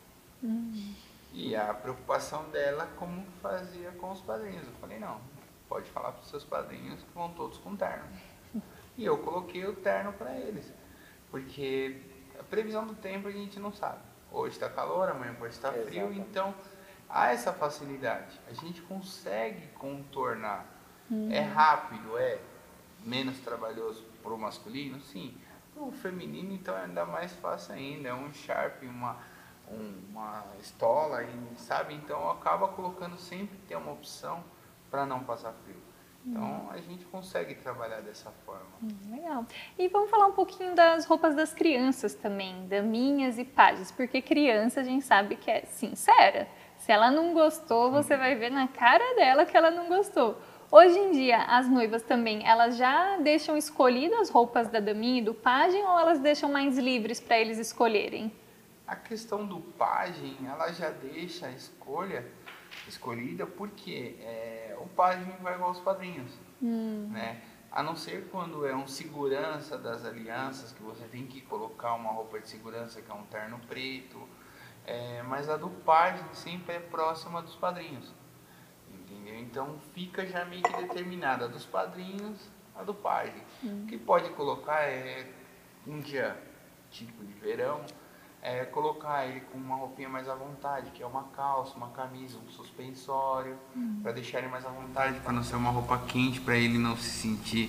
E a preocupação dela, como fazia com os padrinhos. Eu falei, não, pode falar para os seus padrinhos que vão todos com terno. E eu coloquei o terno para eles. Porque a previsão do tempo a gente não sabe. Hoje está calor, amanhã pode estar frio, então há essa facilidade. A gente consegue contornar. É rápido, menos trabalhoso para o masculino, sim. Para o feminino, então, é ainda mais fácil ainda. É um sharp, uma estola, sabe? Então, acaba colocando sempre ter uma opção para não passar frio. Então, a gente consegue trabalhar dessa forma. Legal. E vamos falar um pouquinho das roupas das crianças também, daminhas e pajes, porque criança a gente sabe que é sincera. Se ela não gostou, você vai ver na cara dela que ela não gostou. Hoje em dia, as noivas também, elas já deixam escolhidas as roupas da daminha e do pajem ou elas deixam mais livres para eles escolherem? A questão do pajem, ela já deixa a escolhida porque o pajem vai igual aos padrinhos, né? A não ser quando é um segurança das alianças, que você tem que colocar uma roupa de segurança, que é um terno preto, mas a do pajem sempre é próxima dos padrinhos. Entendeu? Então fica já meio que determinada, a dos padrinhos, a do pajem. O que pode colocar um dia tipo de verão, colocar ele com uma roupinha mais à vontade, que é uma calça, uma camisa, um suspensório, para deixar ele mais à vontade, para não ser uma roupa quente, para ele não se sentir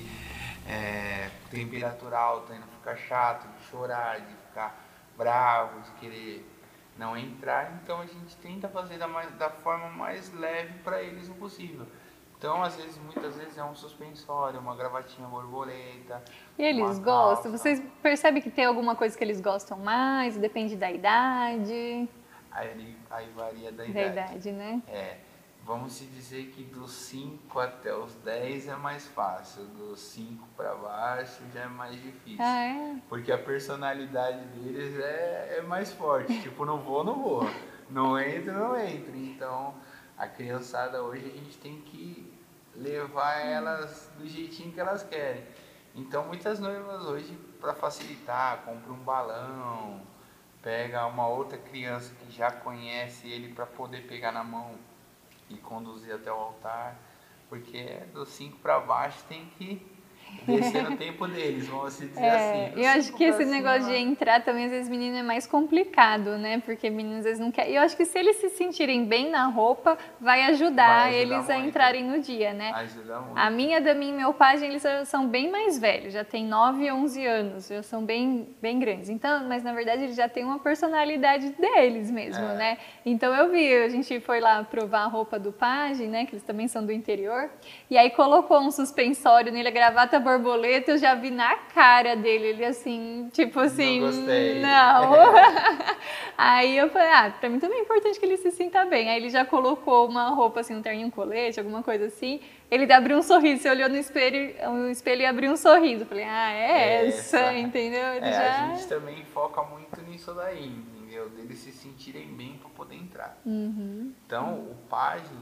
temperatura alta e não ficar chato, de chorar, de ficar bravo, de querer não entrar. Então a gente tenta fazer da forma mais leve para eles o possível. Então, muitas vezes é um suspensório, uma gravatinha borboleta. E eles gostam? Vocês percebem que tem alguma coisa que eles gostam mais? Depende da idade? Aí varia da idade. Da idade, né? Vamos se dizer que dos 5 até os 10 é mais fácil, dos 5 para baixo já é mais difícil. Porque a personalidade deles é mais forte, tipo, não vou, não entro. Então, a criançada hoje a gente tem que levar elas do jeitinho que elas querem. Então, muitas noivas hoje, para facilitar, compra um balão, pega uma outra criança que já conhece ele para poder pegar na mão e conduzir até o altar, porque dos 5 para baixo tem que descer no tempo deles, vamos se dizer assim. Eu acho que esse negócio de entrar também, às vezes, menino é mais complicado, né? Porque menino às vezes não quer. E eu acho que se eles se sentirem bem na roupa, vai ajudar eles a entrarem no dia, né? Ajuda muito. A minha daminha e meu pajem, eles são bem mais velhos, já tem 9 e 11 anos, já são bem grandes. Então, mas na verdade eles já têm uma personalidade deles mesmo, né? Então a gente foi lá provar a roupa do pajem, né? Que eles também são do interior. E aí colocou um suspensório nele, a gravata borboleta, eu já vi na cara dele, ele assim, tipo assim, Não gostei. não. Aí eu falei, pra mim também é importante que ele se sinta bem. Aí ele já colocou uma roupa assim, um terninho, um colete, alguma coisa assim. Ele abriu um sorriso, você olhou no espelho e abriu um sorriso. Eu falei, é essa, entendeu? Ele A gente também foca muito nisso daí, entendeu? Deles se sentirem bem para poder entrar. Então, o pajem,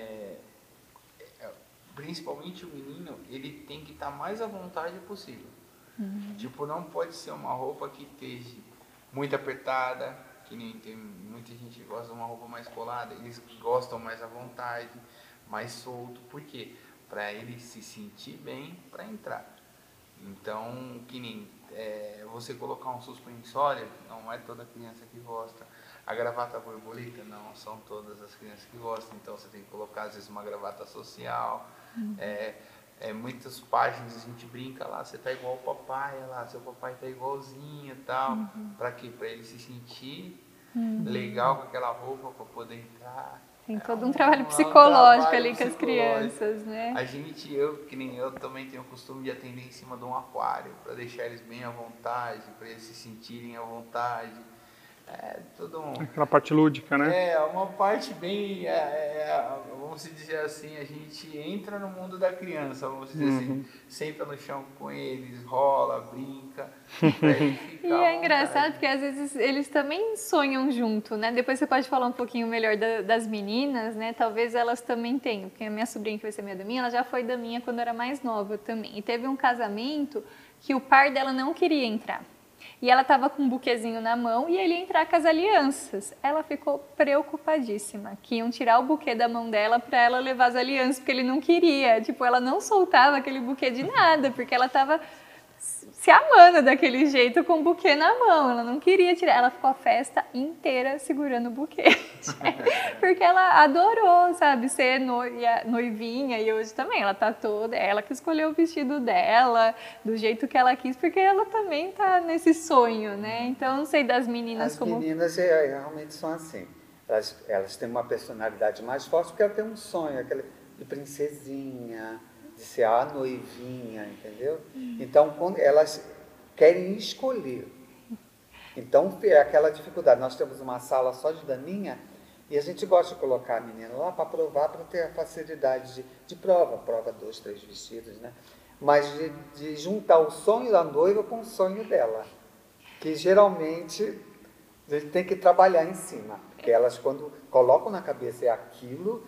principalmente o menino, ele tem que estar mais à vontade possível. Tipo, não pode ser uma roupa que esteja muito apertada, que nem tem muita gente que gosta de uma roupa mais colada, eles gostam mais à vontade, mais solto. Por quê? Para ele se sentir bem para entrar. Então, que nem você colocar um suspensório, não é toda criança que gosta. A gravata borboleta, não são todas as crianças que gostam. Então, você tem que colocar, às vezes, uma gravata social. Muitas páginas a gente brinca lá, você tá igual o papai, lá, seu papai tá igualzinho e tal. Para quê? Para ele se sentir legal com aquela roupa, para poder entrar. Tem todo um trabalho psicológico ali com as crianças, né? Que nem eu também tenho o costume de atender em cima de um aquário, para deixar eles bem à vontade, para eles se sentirem à vontade. Tudo aquela parte lúdica, né? Uma parte bem, vamos dizer assim, a gente entra no mundo da criança, vamos dizer assim, senta no chão com eles, rola, brinca, pra ele ficar E é engraçado porque às vezes eles também sonham junto, né? Depois você pode falar um pouquinho melhor das meninas, né? Talvez elas também tenham, porque a minha sobrinha que vai ser minha daminha, ela já foi daminha quando era mais nova também. E teve um casamento que o par dela não queria entrar. E ela estava com um buquezinho na mão e ele ia entrar com as alianças. Ela ficou preocupadíssima, que iam tirar o buquê da mão dela para ela levar as alianças, porque ele não queria. Tipo, ela não soltava aquele buquê de nada, porque ela estava se amando daquele jeito com o buquê na mão. Ela não queria tirar. Ela ficou a festa inteira segurando o buquê. Porque ela adorou, sabe, ser noivinha. E hoje também, ela tá toda... Ela que escolheu o vestido dela, do jeito que ela quis, porque ela também tá nesse sonho, né? Então, não sei das meninas As como... As meninas realmente são assim. Elas têm uma personalidade mais forte porque elas têm um sonho, aquele de princesinha, de ser a noivinha, entendeu? Então, quando elas querem escolher. Então, é aquela dificuldade. Nós temos uma sala só de daminha e a gente gosta de colocar a menina lá para provar, para ter a facilidade de prova. Prova 2, 3 vestidos, né? Mas de juntar o sonho da noiva com o sonho dela. Que geralmente a gente tem que trabalhar em cima. Porque elas, quando colocam na cabeça é aquilo.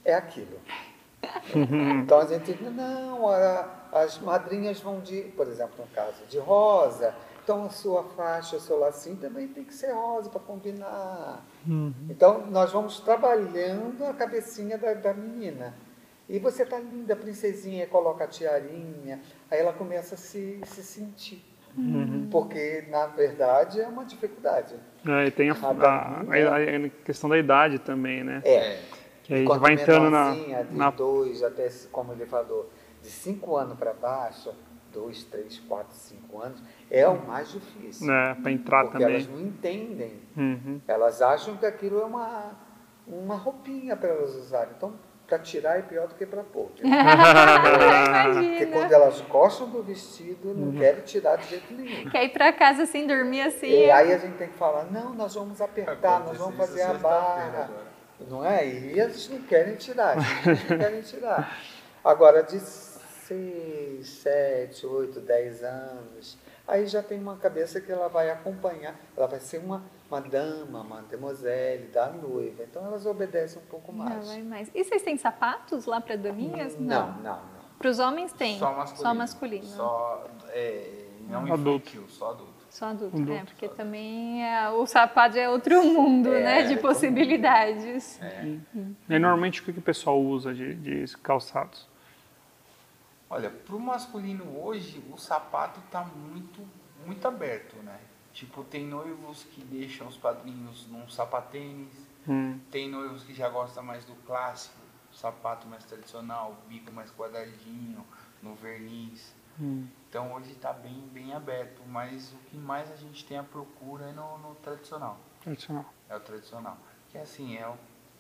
Então a gente diz, não, as madrinhas vão por exemplo, no caso de rosa, então a sua faixa, o seu lacinho também tem que ser rosa para combinar. Então nós vamos trabalhando a cabecinha da menina. E você tá linda, princesinha, coloca a tiarinha, aí ela começa a se sentir. Porque, na verdade, é uma dificuldade. E tem a questão da idade também, né? Que aí quando vai entrando de 2 até, como ele falou, de 5 anos para baixo, 2, 3, 4, 5 anos, é o mais difícil. Para entrar porque também. Elas não entendem. Elas acham que aquilo é uma roupinha para elas usarem. Então, para tirar é pior do que para pôr. Porque quando elas gostam do vestido, não querem tirar de jeito nenhum. Quer ir para casa assim, dormir assim. E aí a gente tem que falar, não, nós vamos apertar, nós vamos fazer a barra. Não é? E eles não querem tirar, Agora, de 6, 7, 8, 10 anos, aí já tem uma cabeça que ela vai acompanhar, ela vai ser uma dama, uma demoiselle da noiva. Então elas obedecem um pouco mais. Não, vai mais. E vocês têm sapatos lá para daminhas? Não. Para os homens tem? Só masculino. Não infantil, só adulto. Só adulto, porque também o sapato é outro mundo, né, de possibilidades. E normalmente o que o pessoal usa de calçados? Olha, pro masculino hoje, o sapato tá muito aberto, né? Tipo, tem noivos que deixam os padrinhos num sapatênis, tem noivos que já gostam mais do clássico, sapato mais tradicional, bico mais quadradinho, no verniz. Então hoje está bem aberto, mas o que mais a gente tem a procura é no tradicional. Tradicional. É o tradicional. Que assim,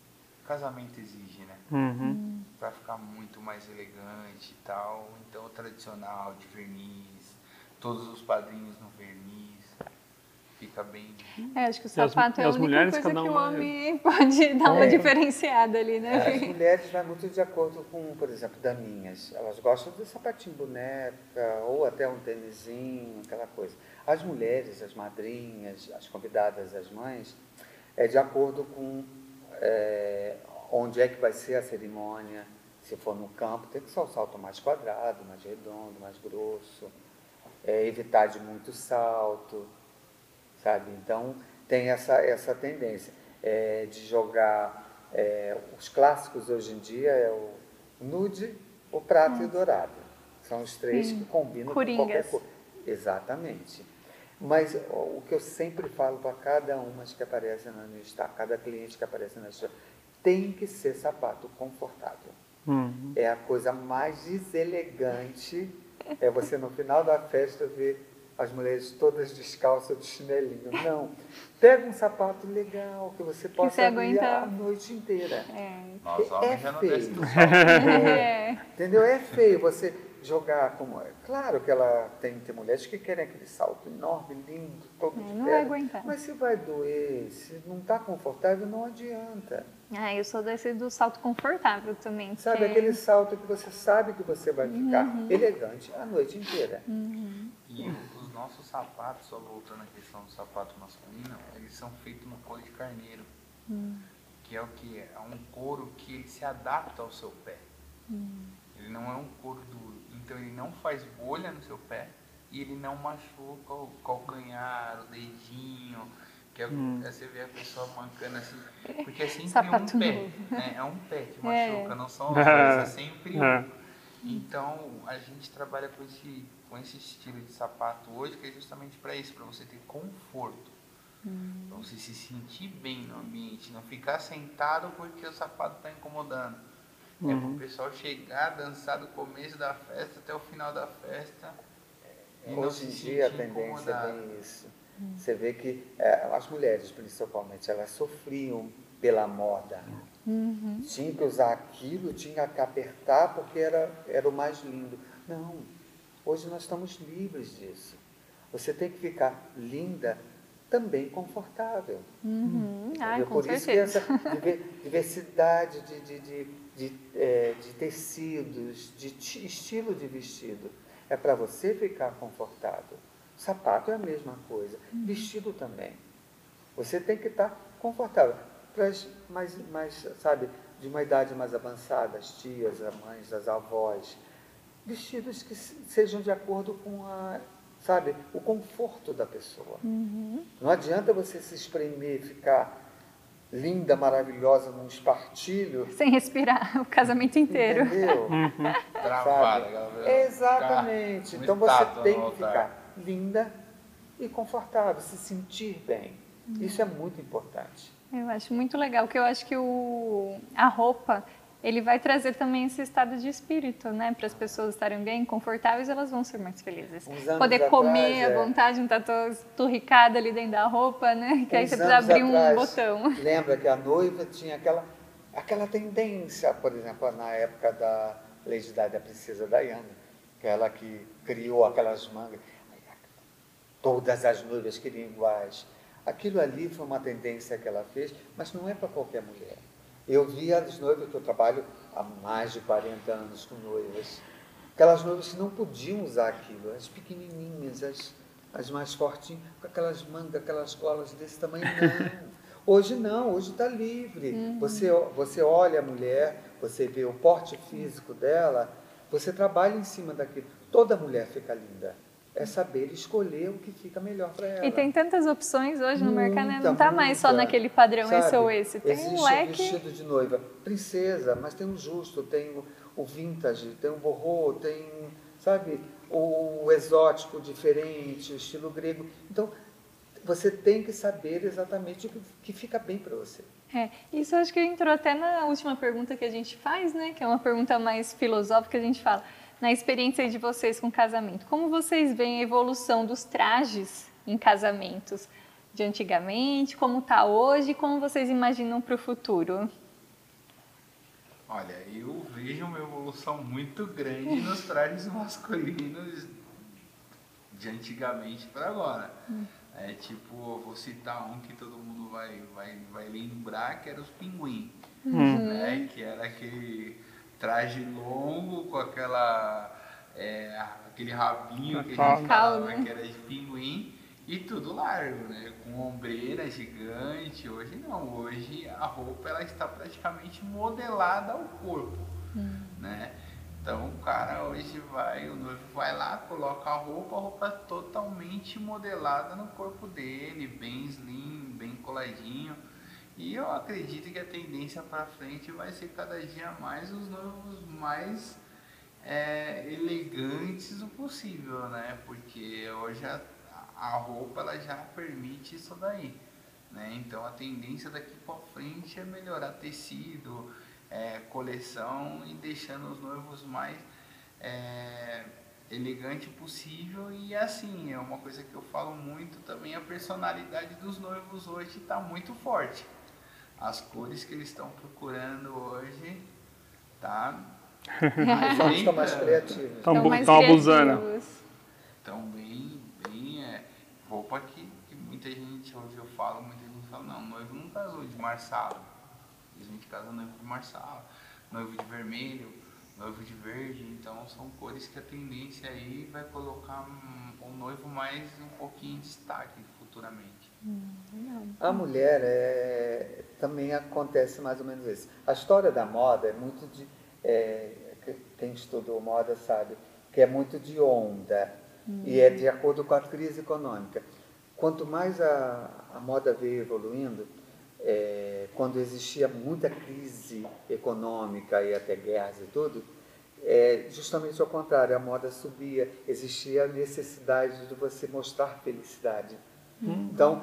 casamento exige, né? Pra ficar muito mais elegante e tal. Então o tradicional de verniz, todos os padrinhos no verniz, fica bem... acho que o sapato é a única mulheres, coisa cada que o uma homem pode dar uma diferenciada ali, né? As mulheres vai muito de acordo com, por exemplo, daminhas. Elas gostam de sapatinho boneca, ou até um tênisinho, aquela coisa. As mulheres, as madrinhas, as convidadas, as mães, é de acordo com onde é que vai ser a cerimônia. Se for no campo, tem que ser o salto mais quadrado, mais redondo, mais grosso. Evitar de muito salto, sabe? Então, tem essa tendência de jogar os clássicos hoje em dia o nude, o prata e o dourado. São os três que combinam Coringas. com qualquer coisa. Exatamente. Mas o que eu sempre falo para cada uma que aparece na New Star, cada cliente que aparece na New Star, tem que ser sapato confortável. É a coisa mais deselegante, você no final da festa ver as mulheres todas descalças de chinelinho. Não. Pega um sapato legal, que você possa ir a noite inteira. Nós homens já não desce do sol. Entendeu? É feio você jogar como... Claro que tem mulheres que querem aquele salto enorme, lindo, todo de não pedra. vai aguentar. Mas se vai doer, se não está confortável, não adianta. Eu sou desse do salto confortável também. Sabe, aquele salto que você sabe que você vai ficar elegante a noite inteira. E os nossos sapatos, só voltando à questão do sapato masculino, eles são feitos no couro de carneiro. Que é o que? É um couro que ele se adapta ao seu pé. Ele não é um couro duro. Então ele não faz bolha no seu pé e ele não machuca o calcanhar, o dedinho. Que é você vê a pessoa mancando assim. Porque é sempre sapato um pé. novo. Né? É um pé que machuca, não são os dois, é sempre um. Então a gente trabalha com esse estilo de sapato hoje, que é justamente para isso, para você ter conforto. Para você se sentir bem no ambiente, não ficar sentado porque o sapato está incomodando. É para o pessoal chegar, dançar do começo da festa até o final da festa. Hoje em dia a tendência é bem isso. Você vê que as mulheres, principalmente, elas sofriam pela moda. Tinha que usar aquilo, tinha que apertar porque era o mais lindo. Não, hoje nós estamos livres disso. Você tem que ficar linda, também confortável. Com Por isso certeza. que essa diversidade de tecidos, de estilo de vestido, é para você ficar confortável. Sapato é a mesma coisa, vestido também. Você tem que estar confortável. Para as mais, sabe, de uma idade mais avançada, as tias, as mães, as avós, vestidos que sejam de acordo com o conforto da pessoa. Não adianta você se espremer, ficar linda, maravilhosa num espartilho. Sem respirar o casamento inteiro. Entendeu? Travada, exatamente. Então você tem que ficar linda e confortável, se sentir bem. Isso é muito importante. Eu acho muito legal, que eu acho que a roupa, ele vai trazer também esse estado de espírito, né? Para as pessoas estarem bem, confortáveis, elas vão ser mais felizes. Poder comer à vontade, não estar turricada ali dentro da roupa, né? Que aí você precisa abrir um botão. Lembra que a noiva tinha aquela tendência, por exemplo, na época da Lady Di, da princesa Diana, aquela que criou aquelas mangas. Todas as noivas queriam iguais. Aquilo ali foi uma tendência que ela fez, mas não é para qualquer mulher. Eu vi as noivas, que eu trabalho há mais de 40 anos com noivas, aquelas noivas que não podiam usar aquilo, as pequenininhas, as mais fortinhas, com aquelas mangas, aquelas colas desse tamanho, não. Hoje está livre. Você olha a mulher, você vê o porte físico dela, você trabalha em cima daquilo. Toda mulher fica linda. É saber escolher o que fica melhor para ela. E tem tantas opções hoje no mercado, né? Não está mais só naquele padrão, sabe? Esse ou esse. Tem existe um leque. Vestido de noiva, princesa, mas tem o justo, tem o vintage, tem o boho, tem, sabe, o exótico diferente, o estilo grego. Então, você tem que saber exatamente o que fica bem para você. Isso eu acho que entrou até na última pergunta que a gente faz, né? Que é uma pergunta mais filosófica, a gente fala. Na experiência de vocês com casamento, como vocês veem a evolução dos trajes em casamentos de antigamente, como está hoje e como vocês imaginam para o futuro? Olha, eu vejo uma evolução muito grande nos trajes masculinos de antigamente para agora. É tipo, vou citar um que todo mundo vai lembrar, que era os pinguim, né? Que era aquele traje longo com aquele rabinho que a gente falava que era de pinguim e tudo largo, né? Com ombreira gigante. Hoje não, hoje a roupa ela está praticamente modelada ao corpo, né? Então o cara hoje o noivo vai lá, coloca a roupa totalmente modelada no corpo dele, bem slim, bem coladinho. E eu acredito que a tendência para frente vai ser cada dia mais os noivos mais elegantes o possível, né? Porque hoje a roupa ela já permite isso daí, né? Então a tendência daqui para frente é melhorar tecido, coleção e deixando os noivos mais elegante possível. E assim, é uma coisa que eu falo muito também, a personalidade dos noivos hoje está muito forte. As cores que eles estão procurando hoje, tá? Estão mais criativos. Estão abusando. Estão bem roupa que muita gente hoje eu falo, muita gente fala, não, noivo não casou de marsala. A gente casa noivo de marsala, noivo de vermelho, noivo de verde, então são cores que a tendência aí vai colocar o noivo mais um pouquinho em destaque futuramente. A mulher também acontece mais ou menos isso. A história da moda é muito de... quem estudou moda sabe que é muito de onda e é de acordo com a crise econômica. Quanto mais a moda veio evoluindo, quando existia muita crise econômica e até guerras e tudo, justamente ao contrário, a moda subia, existia a necessidade de você mostrar felicidade. Então,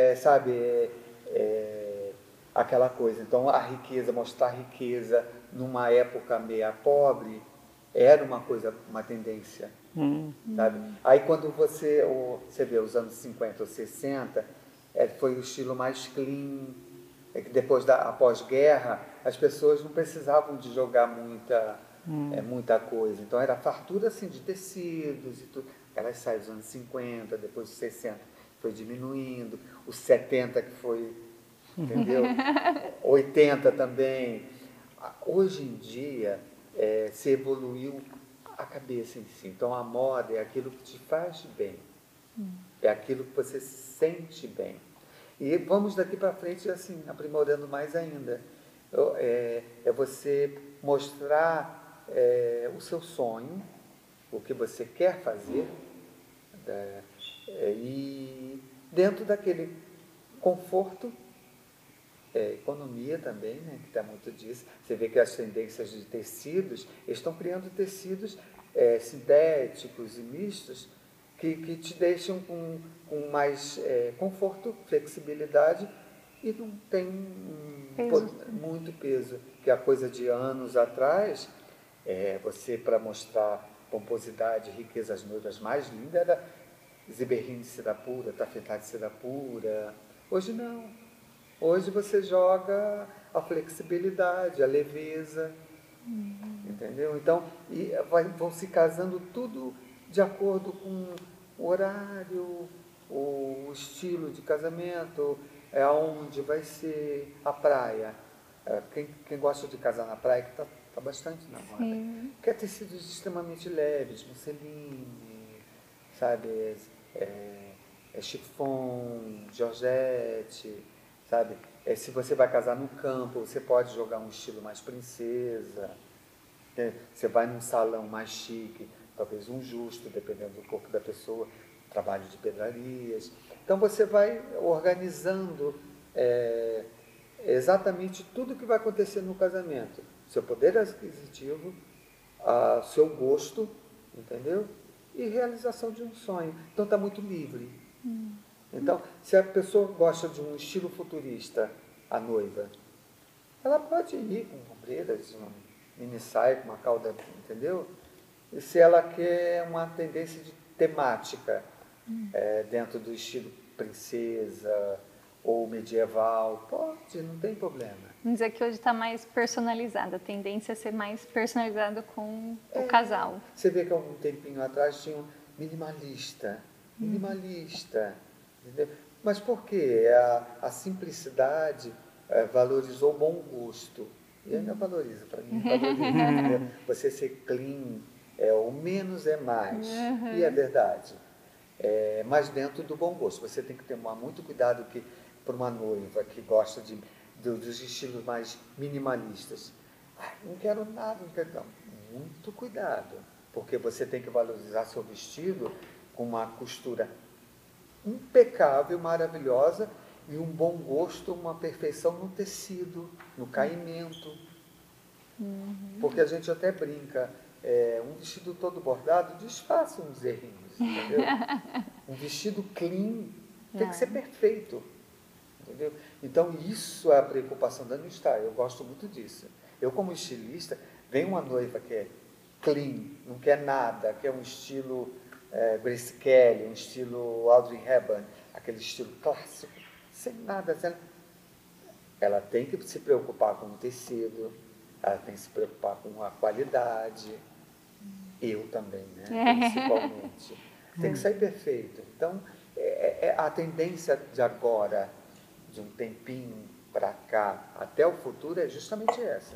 aquela coisa, então a riqueza, mostrar riqueza numa época meia pobre, era uma tendência, sabe? Aí quando você vê os anos 50 ou 60, foi o estilo mais clean, depois após guerra, as pessoas não precisavam de jogar muita coisa, então era fartura assim de tecidos e tudo, aquelas saias dos anos 50, depois dos 60, foi diminuindo, os 70 que foi, entendeu? 80 também. Hoje em dia, se evoluiu a cabeça em si. Então, a moda é aquilo que te faz bem. É aquilo que você se sente bem. E vamos daqui para frente, assim, aprimorando mais ainda. É você mostrar o seu sonho, o que você quer fazer, e dentro daquele conforto, economia também, né, que está muito disso. Você vê que as tendências de tecidos estão criando tecidos sintéticos e mistos que te deixam com mais conforto, flexibilidade e não tem muito peso. Que a coisa de anos atrás, você para mostrar pomposidade, riqueza, as noivas mais lindas era ziberrim de seda pura, tafetá de seda pura. Hoje não. Hoje você joga a flexibilidade, a leveza, entendeu? Então, vão se casando tudo de acordo com o horário, o estilo de casamento, aonde vai ser a praia. Quem gosta de casar na praia, que está bastante na moda, quer tecidos extremamente leves, musseline, sabe, chiffon, georgette, sabe? Se você vai casar no campo, você pode jogar um estilo mais princesa. Você vai num salão mais chique, talvez um justo, dependendo do corpo da pessoa, trabalho de pedrarias. Então você vai organizando exatamente tudo que vai acontecer no casamento. Seu poder aquisitivo, seu gosto, entendeu? E realização de um sonho. Então está muito livre. Então, se a pessoa gosta de um estilo futurista, a noiva, ela pode ir com ombreiras, uma mini saia, com uma cauda, entendeu? E se ela quer uma tendência de temática, dentro do estilo princesa ou medieval, pode, não tem problema. Vamos dizer que hoje está mais personalizada, a tendência é ser mais personalizada com o casal. Você vê que há um tempinho atrás tinha um minimalista, entendeu? Mas por quê? A simplicidade valorizou o bom gosto. E ainda valoriza, para mim valoriza. Entendeu? Você ser clean, o menos é mais. E é verdade. Mas dentro do bom gosto. Você tem que tomar muito cuidado que para uma noiva que gosta dos estilos mais minimalistas. Não quero nada, não quero não. Muito cuidado, porque você tem que valorizar seu vestido com uma costura impecável, maravilhosa e um bom gosto, uma perfeição no tecido, no caimento. Porque a gente até brinca, um vestido todo bordado disfarça uns errinhos, entendeu? Um vestido clean tem que ser perfeito. Entendeu? Então, isso é a preocupação da New Style. Eu gosto muito disso. Eu, como estilista, vem uma noiva que é clean, não quer nada, quer um estilo Grace Kelly, um estilo Audrey Hepburn, aquele estilo clássico, sem nada. Ela tem que se preocupar com o tecido, ela tem que se preocupar com a qualidade. Eu também, né? Principalmente. Tem que sair perfeito. Então, a tendência de agora, de um tempinho para cá até o futuro, é justamente essa.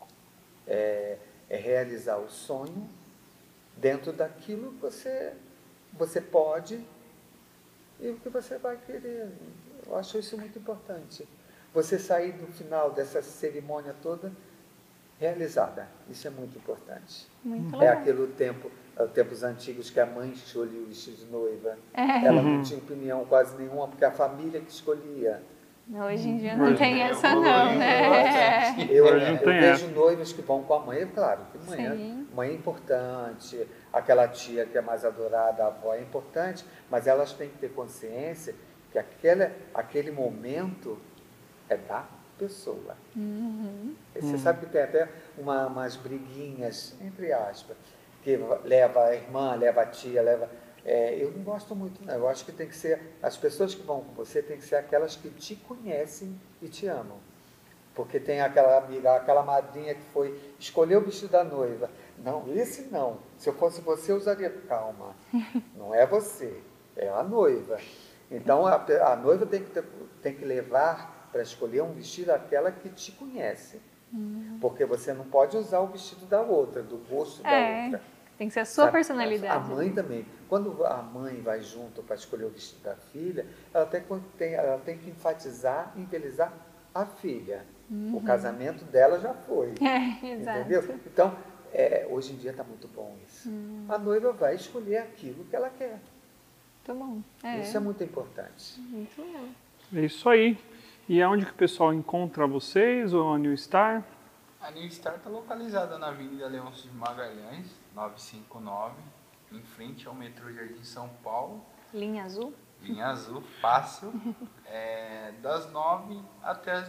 É realizar o sonho dentro daquilo que você pode e o que você vai querer. Eu acho isso muito importante. Você sair do final dessa cerimônia toda realizada. Isso é muito importante. Muito legal. Aquele tempos antigos que a mãe escolhia o vestido de noiva. Ela não tinha opinião quase nenhuma, porque a família que escolhia. Hoje em dia não tem essa não, né? Eu vejo noivos que vão com a mãe, claro, que mãe é importante, aquela tia que é mais adorada, a avó é importante, mas elas têm que ter consciência que aquele momento é da pessoa. Você sabe que tem até umas briguinhas, entre aspas, que leva a irmã, leva a tia, eu não gosto muito, não. Eu acho que tem que ser, as pessoas que vão com você tem que ser aquelas que te conhecem e te amam. Porque tem aquela amiga, aquela madrinha que escolheu o vestido da noiva. Não, esse não. Se eu fosse você, eu usaria. Calma, não é você, é a noiva. Então, a noiva tem que levar para escolher um vestido aquela que te conhece. Porque você não pode usar o vestido da outra, do gosto da outra. Tem que ser a sua personalidade. A mãe também. Quando a mãe vai junto para escolher o vestido da filha, ela tem que enfatizar e embelezar a filha. O casamento dela já foi. Entendeu? Exato. Então, hoje em dia está muito bom isso. A noiva vai escolher aquilo que ela quer. Muito bom. Isso é muito importante. Muito legal. É isso aí. E aonde que o pessoal encontra vocês, ou a New Star? A New Star está localizada na Avenida Leôncio de Magalhães, 959, em frente ao metrô Jardim São Paulo. Linha azul? Linha azul, fácil. Das 9 até as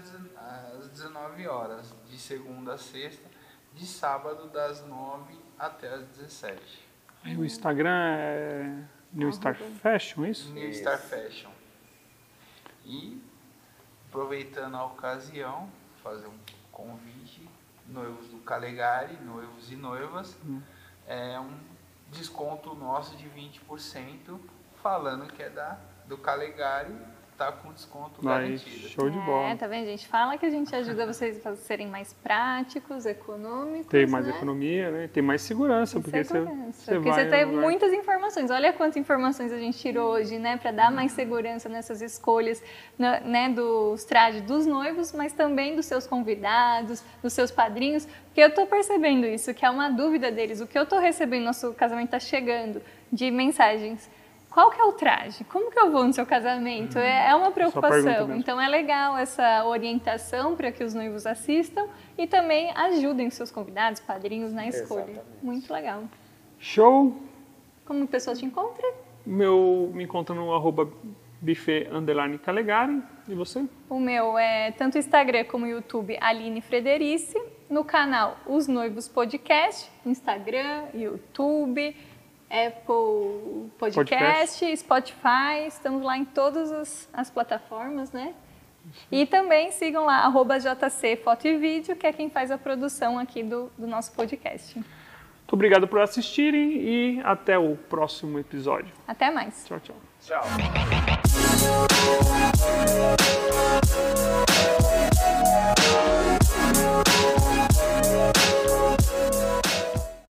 19 horas, de segunda a sexta. De sábado, das 9 até as 17. Aí o Instagram é New Star Fashion, isso? New Star Fashion. E, aproveitando a ocasião, fazer um convite, noivos do Calegari, noivos e noivas, um desconto nosso de 20%, falando que é do Calegari, tá com desconto garantido. Show de bola. Tá vendo? A gente fala que a gente ajuda vocês a serem mais práticos, econômicos. Tem mais economia, né? Tem mais segurança, porque você tem muitas informações. Olha quantas informações a gente tirou hoje, né? Para dar mais segurança nessas escolhas, né? Dos trajes dos noivos, mas também dos seus convidados, dos seus padrinhos. Porque eu tô percebendo isso, que é uma dúvida deles. O que eu tô recebendo, nosso casamento tá chegando, de mensagens. Qual que é o traje? Como que eu vou no seu casamento? É uma preocupação. Então é legal essa orientação para que os noivos assistam e também ajudem os seus convidados, padrinhos na escolha. Exatamente. Muito legal. Show! Como a pessoa te encontra? Me encontra no @buffet_Calegari. E você? O meu é tanto Instagram como YouTube, Aline Frederici. No canal Os Noivos Podcast, Instagram, YouTube, Apple Podcast, Spotify, estamos lá em todas as plataformas, né? E também sigam lá, @JC Foto e Vídeo, que é quem faz a produção aqui do nosso podcast. Muito obrigado por assistirem e até o próximo episódio. Até mais. Tchau, tchau. Tchau.